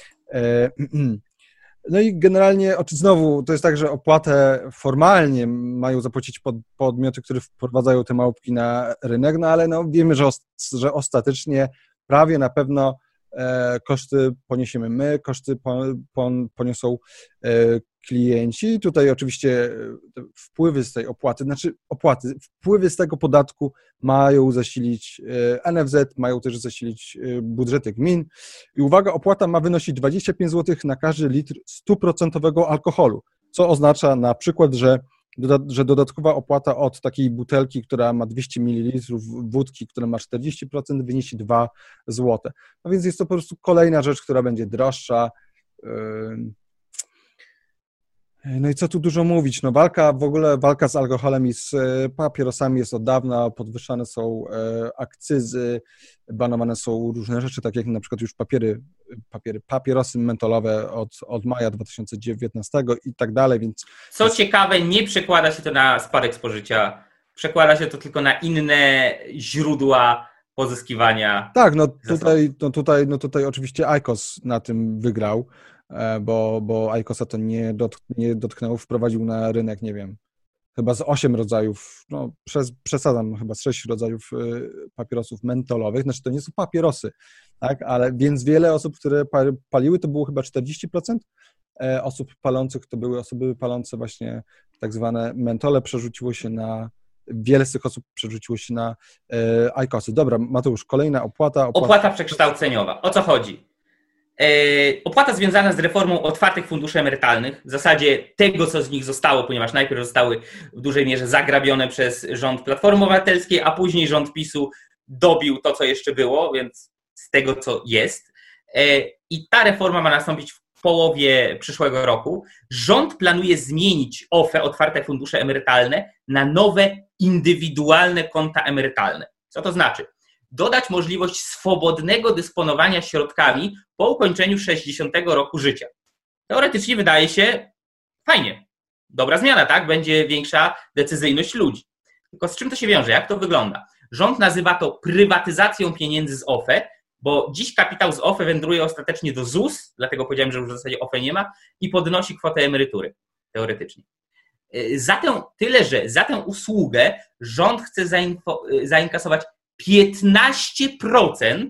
[SPEAKER 1] No i generalnie, znowu, to jest tak, że opłatę formalnie mają zapłacić pod, podmioty, które wprowadzają te małpki na rynek, no ale no wiemy, że, że ostatecznie prawie na pewno e, koszty poniesiemy my, koszty pon, pon, poniosą e, klienci. Tutaj oczywiście wpływy z tej opłaty, znaczy opłaty, wpływy z tego podatku mają zasilić N F Z, mają też zasilić budżety gmin. I uwaga, opłata ma wynosić dwadzieścia pięć złotych na każdy litr stu procentów alkoholu, co oznacza na przykład, że, że dodatkowa opłata od takiej butelki, która ma dwieście mililitrów wódki, która ma czterdzieści procent, wyniesie dwa złote. No więc jest to po prostu kolejna rzecz, która będzie droższa. No i co tu dużo mówić, no walka, w ogóle walka z alkoholem i z papierosami jest od dawna, podwyższane są akcyzy, banowane są różne rzeczy, tak jak na przykład już papiery, papiery papierosy mentolowe od, od maja dwa tysiące dziewiętnastego i tak dalej, więc...
[SPEAKER 2] Co ciekawe, nie przekłada się to na spadek spożycia, przekłada się to tylko na inne źródła pozyskiwania.
[SPEAKER 1] Tak, no tutaj, no tutaj, no tutaj oczywiście Aikos na tym wygrał, bo, bo Aikosa to nie, dot, nie dotknęło, wprowadził na rynek, nie wiem, chyba z osiem rodzajów, no przez, przesadzam, chyba z sześć rodzajów papierosów mentolowych, znaczy to nie są papierosy, tak, ale więc wiele osób, które paliły, to było chyba czterdzieści procent osób palących, to były osoby palące właśnie tak zwane mentole, przerzuciło się na, wiele z tych osób przerzuciło się na Aikosy. Dobra, Mateusz, kolejna opłata.
[SPEAKER 2] Opłata, opłata przekształceniowa. O co chodzi? Opłata związana z reformą otwartych funduszy emerytalnych, w zasadzie tego, co z nich zostało, ponieważ najpierw zostały w dużej mierze zagrabione przez rząd Platformy Obywatelskiej, a później rząd PiSu dobił to, co jeszcze było, więc z tego, co jest. I ta reforma ma nastąpić w połowie przyszłego roku. Rząd planuje zmienić O F E, otwarte fundusze emerytalne, na nowe indywidualne konta emerytalne. Co to znaczy? Dodać możliwość swobodnego dysponowania środkami po ukończeniu sześćdziesiątego roku życia. Teoretycznie wydaje się fajnie. Dobra zmiana, tak? Będzie większa decyzyjność ludzi. Tylko z czym to się wiąże? Jak to wygląda? Rząd nazywa to prywatyzacją pieniędzy z O F E, bo dziś kapitał z O F E wędruje ostatecznie do Z U S, dlatego powiedziałem, że już w zasadzie O F E nie ma, i podnosi kwotę emerytury, teoretycznie. Za tę, tyle, że za tę usługę rząd chce zainfo, zainkasować piętnaście procent,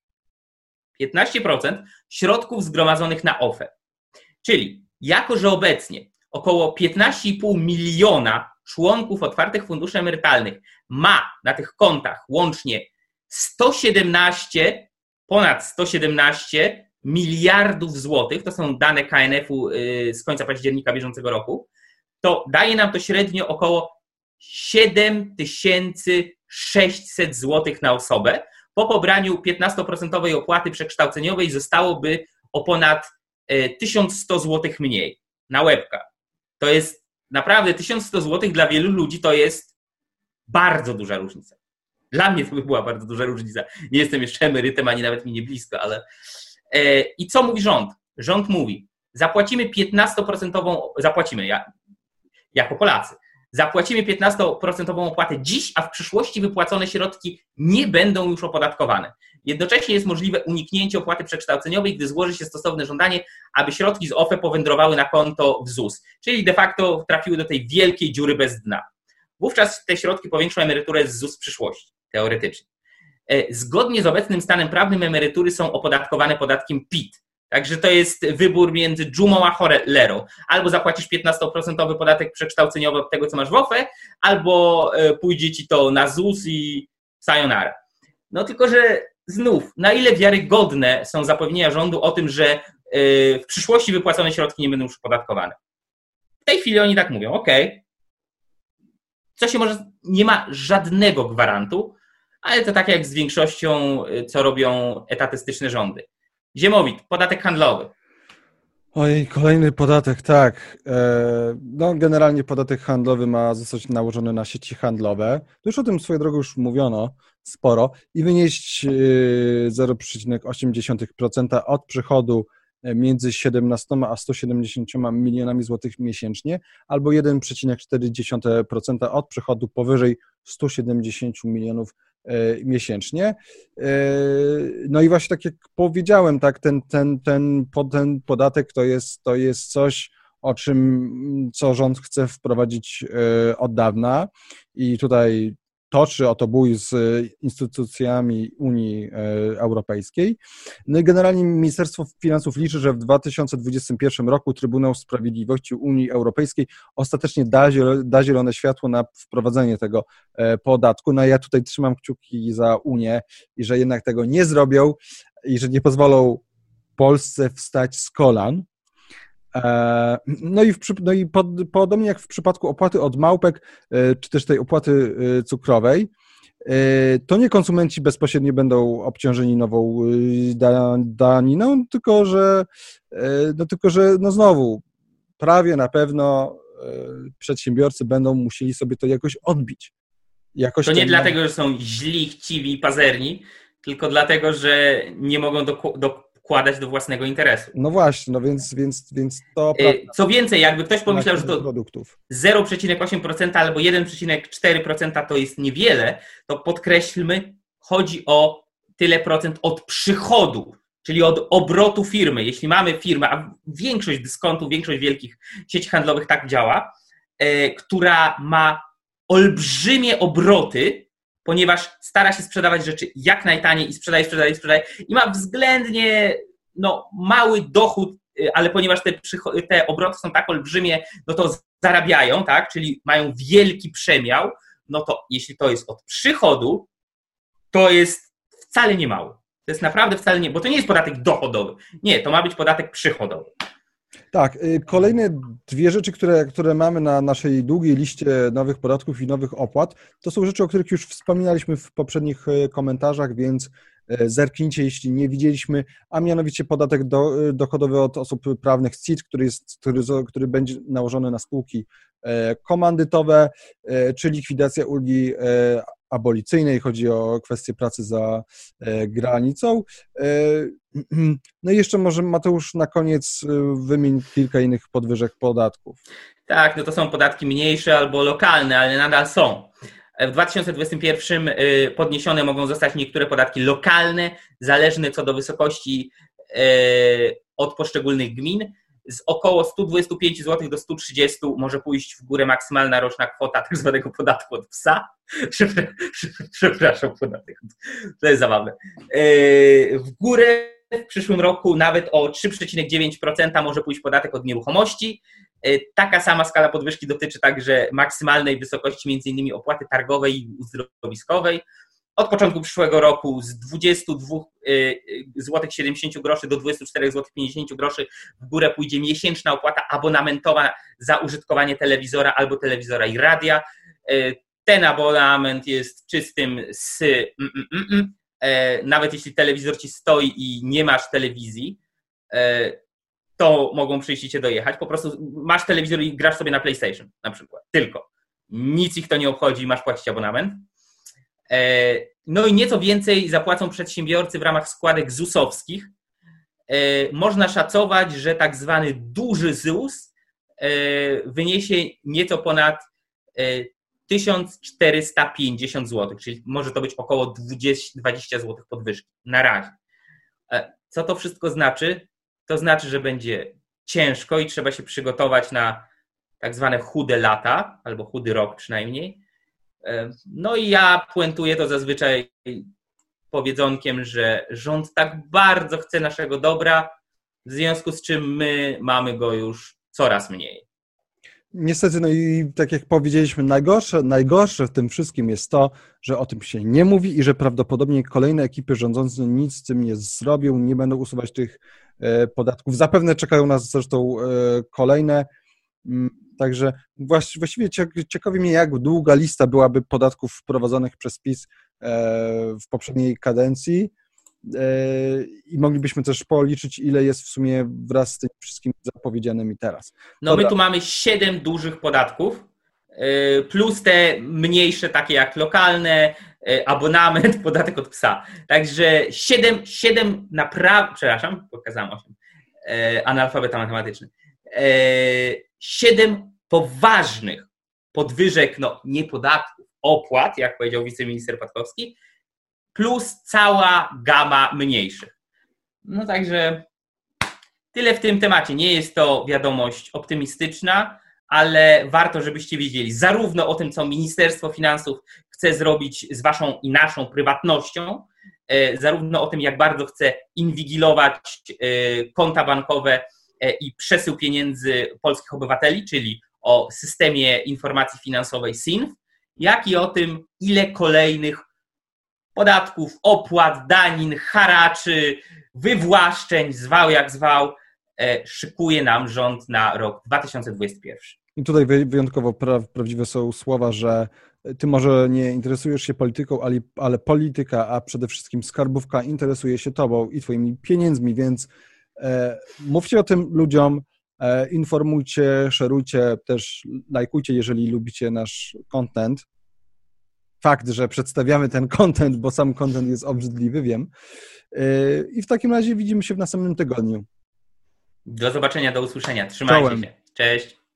[SPEAKER 2] piętnaście procent środków zgromadzonych na O F E. Czyli jako, że obecnie około piętnaście i pół miliona członków otwartych funduszy emerytalnych ma na tych kontach łącznie sto siedemnaście, ponad sto siedemnaście miliardów złotych, to są dane K N F u z końca października bieżącego roku, to daje nam to średnio około siedem tysięcy sześćset złotych na osobę. Po pobraniu piętnastoprocentowej opłaty przekształceniowej zostałoby o ponad tysiąc sto złotych mniej na łebka. To jest naprawdę tysiąc sto złotych dla wielu ludzi, to jest bardzo duża różnica. Dla mnie to by była bardzo duża różnica. Nie jestem jeszcze emerytem, ani nawet mi nie blisko, ale... I co mówi rząd? Rząd mówi, zapłacimy piętnastoprocentową, zapłacimy, ja, jako Polacy, zapłacimy piętnastoprocentową opłatę dziś, a w przyszłości wypłacone środki nie będą już opodatkowane. Jednocześnie jest możliwe uniknięcie opłaty przekształceniowej, gdy złoży się stosowne żądanie, aby środki z O F E powędrowały na konto w Z U S, czyli de facto trafiły do tej wielkiej dziury bez dna. Wówczas te środki powiększą emeryturę z Z U S w przyszłości, teoretycznie. Zgodnie z obecnym stanem prawnym emerytury są opodatkowane podatkiem P I T. Także to jest wybór między dżumą a cholerą. Albo zapłacisz piętnastoprocentowy podatek przekształceniowy od tego, co masz w O F E, albo pójdzie ci to na Z U S i sayonara. No tylko, że znów, na ile wiarygodne są zapewnienia rządu o tym, że w przyszłości wypłacone środki nie będą już opodatkowane. W tej chwili oni tak mówią, ok, co się może, nie ma żadnego gwarantu, ale to tak jak z większością, co robią etatystyczne rządy. Ziemowit, podatek handlowy.
[SPEAKER 1] Oj, kolejny podatek, tak. No, generalnie podatek handlowy ma zostać nałożony na sieci handlowe. To już o tym swoją drogą już mówiono sporo i wynieść zero przecinek osiem procent od przychodu między siedemnastoma a sto siedemdziesięcioma milionami złotych miesięcznie, albo jeden przecinek cztery procent od przychodu powyżej stu siedemdziesięciu milionów miesięcznie. No i właśnie tak jak powiedziałem, tak, ten, ten, ten, ten podatek to jest, to jest coś, o czym, co rząd chce wprowadzić od dawna i tutaj toczy o to bój z instytucjami Unii Europejskiej. No i generalnie Ministerstwo Finansów liczy, że w dwa tysiące dwudziestym pierwszym roku Trybunał Sprawiedliwości Unii Europejskiej ostatecznie da, da zielone światło na wprowadzenie tego podatku. No i ja tutaj trzymam kciuki za Unię i że jednak tego nie zrobią i że nie pozwolą Polsce wstać z kolan. No i, w, no i pod, podobnie jak w przypadku opłaty od małpek, czy też tej opłaty cukrowej, to nie konsumenci bezpośrednio będą obciążeni nową daniną, tylko że, no tylko, że no znowu prawie na pewno przedsiębiorcy będą musieli sobie to jakoś odbić. Jakoś
[SPEAKER 2] to nie
[SPEAKER 1] ten...
[SPEAKER 2] dlatego, że są źli, chciwi i pazerni, tylko dlatego, że nie mogą do, do wkładać do własnego interesu.
[SPEAKER 1] No właśnie, no więc, więc, więc to...
[SPEAKER 2] Co więcej, jakby ktoś pomyślał, że to
[SPEAKER 1] produktów.
[SPEAKER 2] zero przecinek osiem procent albo jeden przecinek cztery procent to jest niewiele, to podkreślmy, chodzi o tyle procent od przychodu, czyli od obrotu firmy. Jeśli mamy firmę, a większość dyskontów, większość wielkich sieci handlowych tak działa, e, która ma olbrzymie obroty, ponieważ stara się sprzedawać rzeczy jak najtaniej i sprzedaje, sprzedaje, sprzedaje i ma względnie no, mały dochód, ale ponieważ te, te obroty są tak olbrzymie, no to zarabiają, tak, czyli mają wielki przemiał, no to jeśli to jest od przychodu, to jest wcale nie mało. To jest naprawdę wcale nie, bo to nie jest podatek dochodowy. Nie, to ma być podatek przychodowy.
[SPEAKER 1] Tak, kolejne dwie rzeczy, które, które mamy na naszej długiej liście nowych podatków i nowych opłat, to są rzeczy, o których już wspominaliśmy w poprzednich komentarzach, więc zerknijcie, jeśli nie widzieliśmy, a mianowicie podatek do, dochodowy od osób prawnych C I T, który, jest, który, który będzie nałożony na spółki komandytowe, czy likwidacja ulgi abolicyjnej, chodzi o kwestię pracy za granicą. No i jeszcze może Mateusz na koniec wymień kilka innych podwyżek podatków.
[SPEAKER 2] Tak, no to są podatki mniejsze albo lokalne, ale nadal są. W dwa tysiące dwudziestym pierwszym podniesione mogą zostać niektóre podatki lokalne, zależne co do wysokości od poszczególnych gmin. Z około sto dwadzieścia pięć złotych do stu trzydziestu może pójść w górę maksymalna roczna kwota tak zwanego podatku od psa. Przepraszam, podatek. To jest zabawne. W górę w przyszłym roku nawet o trzy przecinek dziewięć procent może pójść podatek od nieruchomości. Taka sama skala podwyżki dotyczy także maksymalnej wysokości między innymi opłaty targowej i uzdrowiskowej. Od początku przyszłego roku z dwudziestu dwóch złotych siedemdziesięciu groszy do dwudziestu czterech złotych pięćdziesięciu groszy w górę pójdzie miesięczna opłata abonamentowa za użytkowanie telewizora albo telewizora i radia. Ten abonament jest czystym z mm, mm, mm, nawet jeśli telewizor ci stoi i nie masz telewizji, to mogą przyjść i cię dojechać. Po prostu masz telewizor i grasz sobie na PlayStation na przykład. Tylko. Nic ich to nie obchodzi i masz płacić abonament. No i nieco więcej zapłacą przedsiębiorcy w ramach składek zusowskich. Można szacować, że tak zwany duży ZUS wyniesie nieco ponad tysiąc czterysta pięćdziesiąt złotych, czyli może to być około dwadzieścia złotych podwyżki na razie. Co to wszystko znaczy? To znaczy, że będzie ciężko i trzeba się przygotować na tak zwane chude lata, albo chudy rok przynajmniej. No i ja puentuję to zazwyczaj powiedzonkiem, że rząd tak bardzo chce naszego dobra, w związku z czym my mamy go już coraz mniej.
[SPEAKER 1] Niestety, no i tak jak powiedzieliśmy, najgorsze, najgorsze w tym wszystkim jest to, że o tym się nie mówi i że prawdopodobnie kolejne ekipy rządzące nic z tym nie zrobią, nie będą usuwać tych podatków. Zapewne czekają nas zresztą kolejne. Także właściwie ciekawi mnie, jak długa lista byłaby podatków wprowadzonych przez PiS w poprzedniej kadencji. i moglibyśmy też policzyć, ile jest w sumie wraz z tymi wszystkimi zapowiedzianymi teraz.
[SPEAKER 2] No Dobra. My tu mamy siedem dużych podatków, plus te mniejsze, takie jak lokalne, abonament, podatek od psa. Także siedem, siedem naprawdę, przepraszam, pokazałem osiem, analfabeta matematyczny. siedem poważnych podwyżek, no nie podatków, opłat, jak powiedział wiceminister Patkowski, plus cała gama mniejszych. No także tyle w tym temacie. Nie jest to wiadomość optymistyczna, ale warto, żebyście wiedzieli zarówno o tym, co Ministerstwo Finansów chce zrobić z waszą i naszą prywatnością, zarówno o tym, jak bardzo chce inwigilować konta bankowe i przesył pieniędzy polskich obywateli, czyli o systemie informacji finansowej S I N F, jak i o tym, ile kolejnych podatków, opłat, danin, haraczy, wywłaszczeń, zwał jak zwał, szykuje nam rząd na rok dwa tysiące dwudziesty pierwszy.
[SPEAKER 1] I tutaj wyjątkowo pra- prawdziwe są słowa, że ty może nie interesujesz się polityką, ale, ale polityka, a przede wszystkim skarbówka interesuje się tobą i twoimi pieniędzmi, więc e, mówcie o tym ludziom, e, informujcie, szerujcie, też lajkujcie, jeżeli lubicie nasz content. Fakt, że przedstawiamy ten content, bo sam content jest obrzydliwy, wiem. E, I w takim razie widzimy się w następnym tygodniu.
[SPEAKER 2] Do zobaczenia, do usłyszenia. Trzymajcie Czołem. się. Cześć.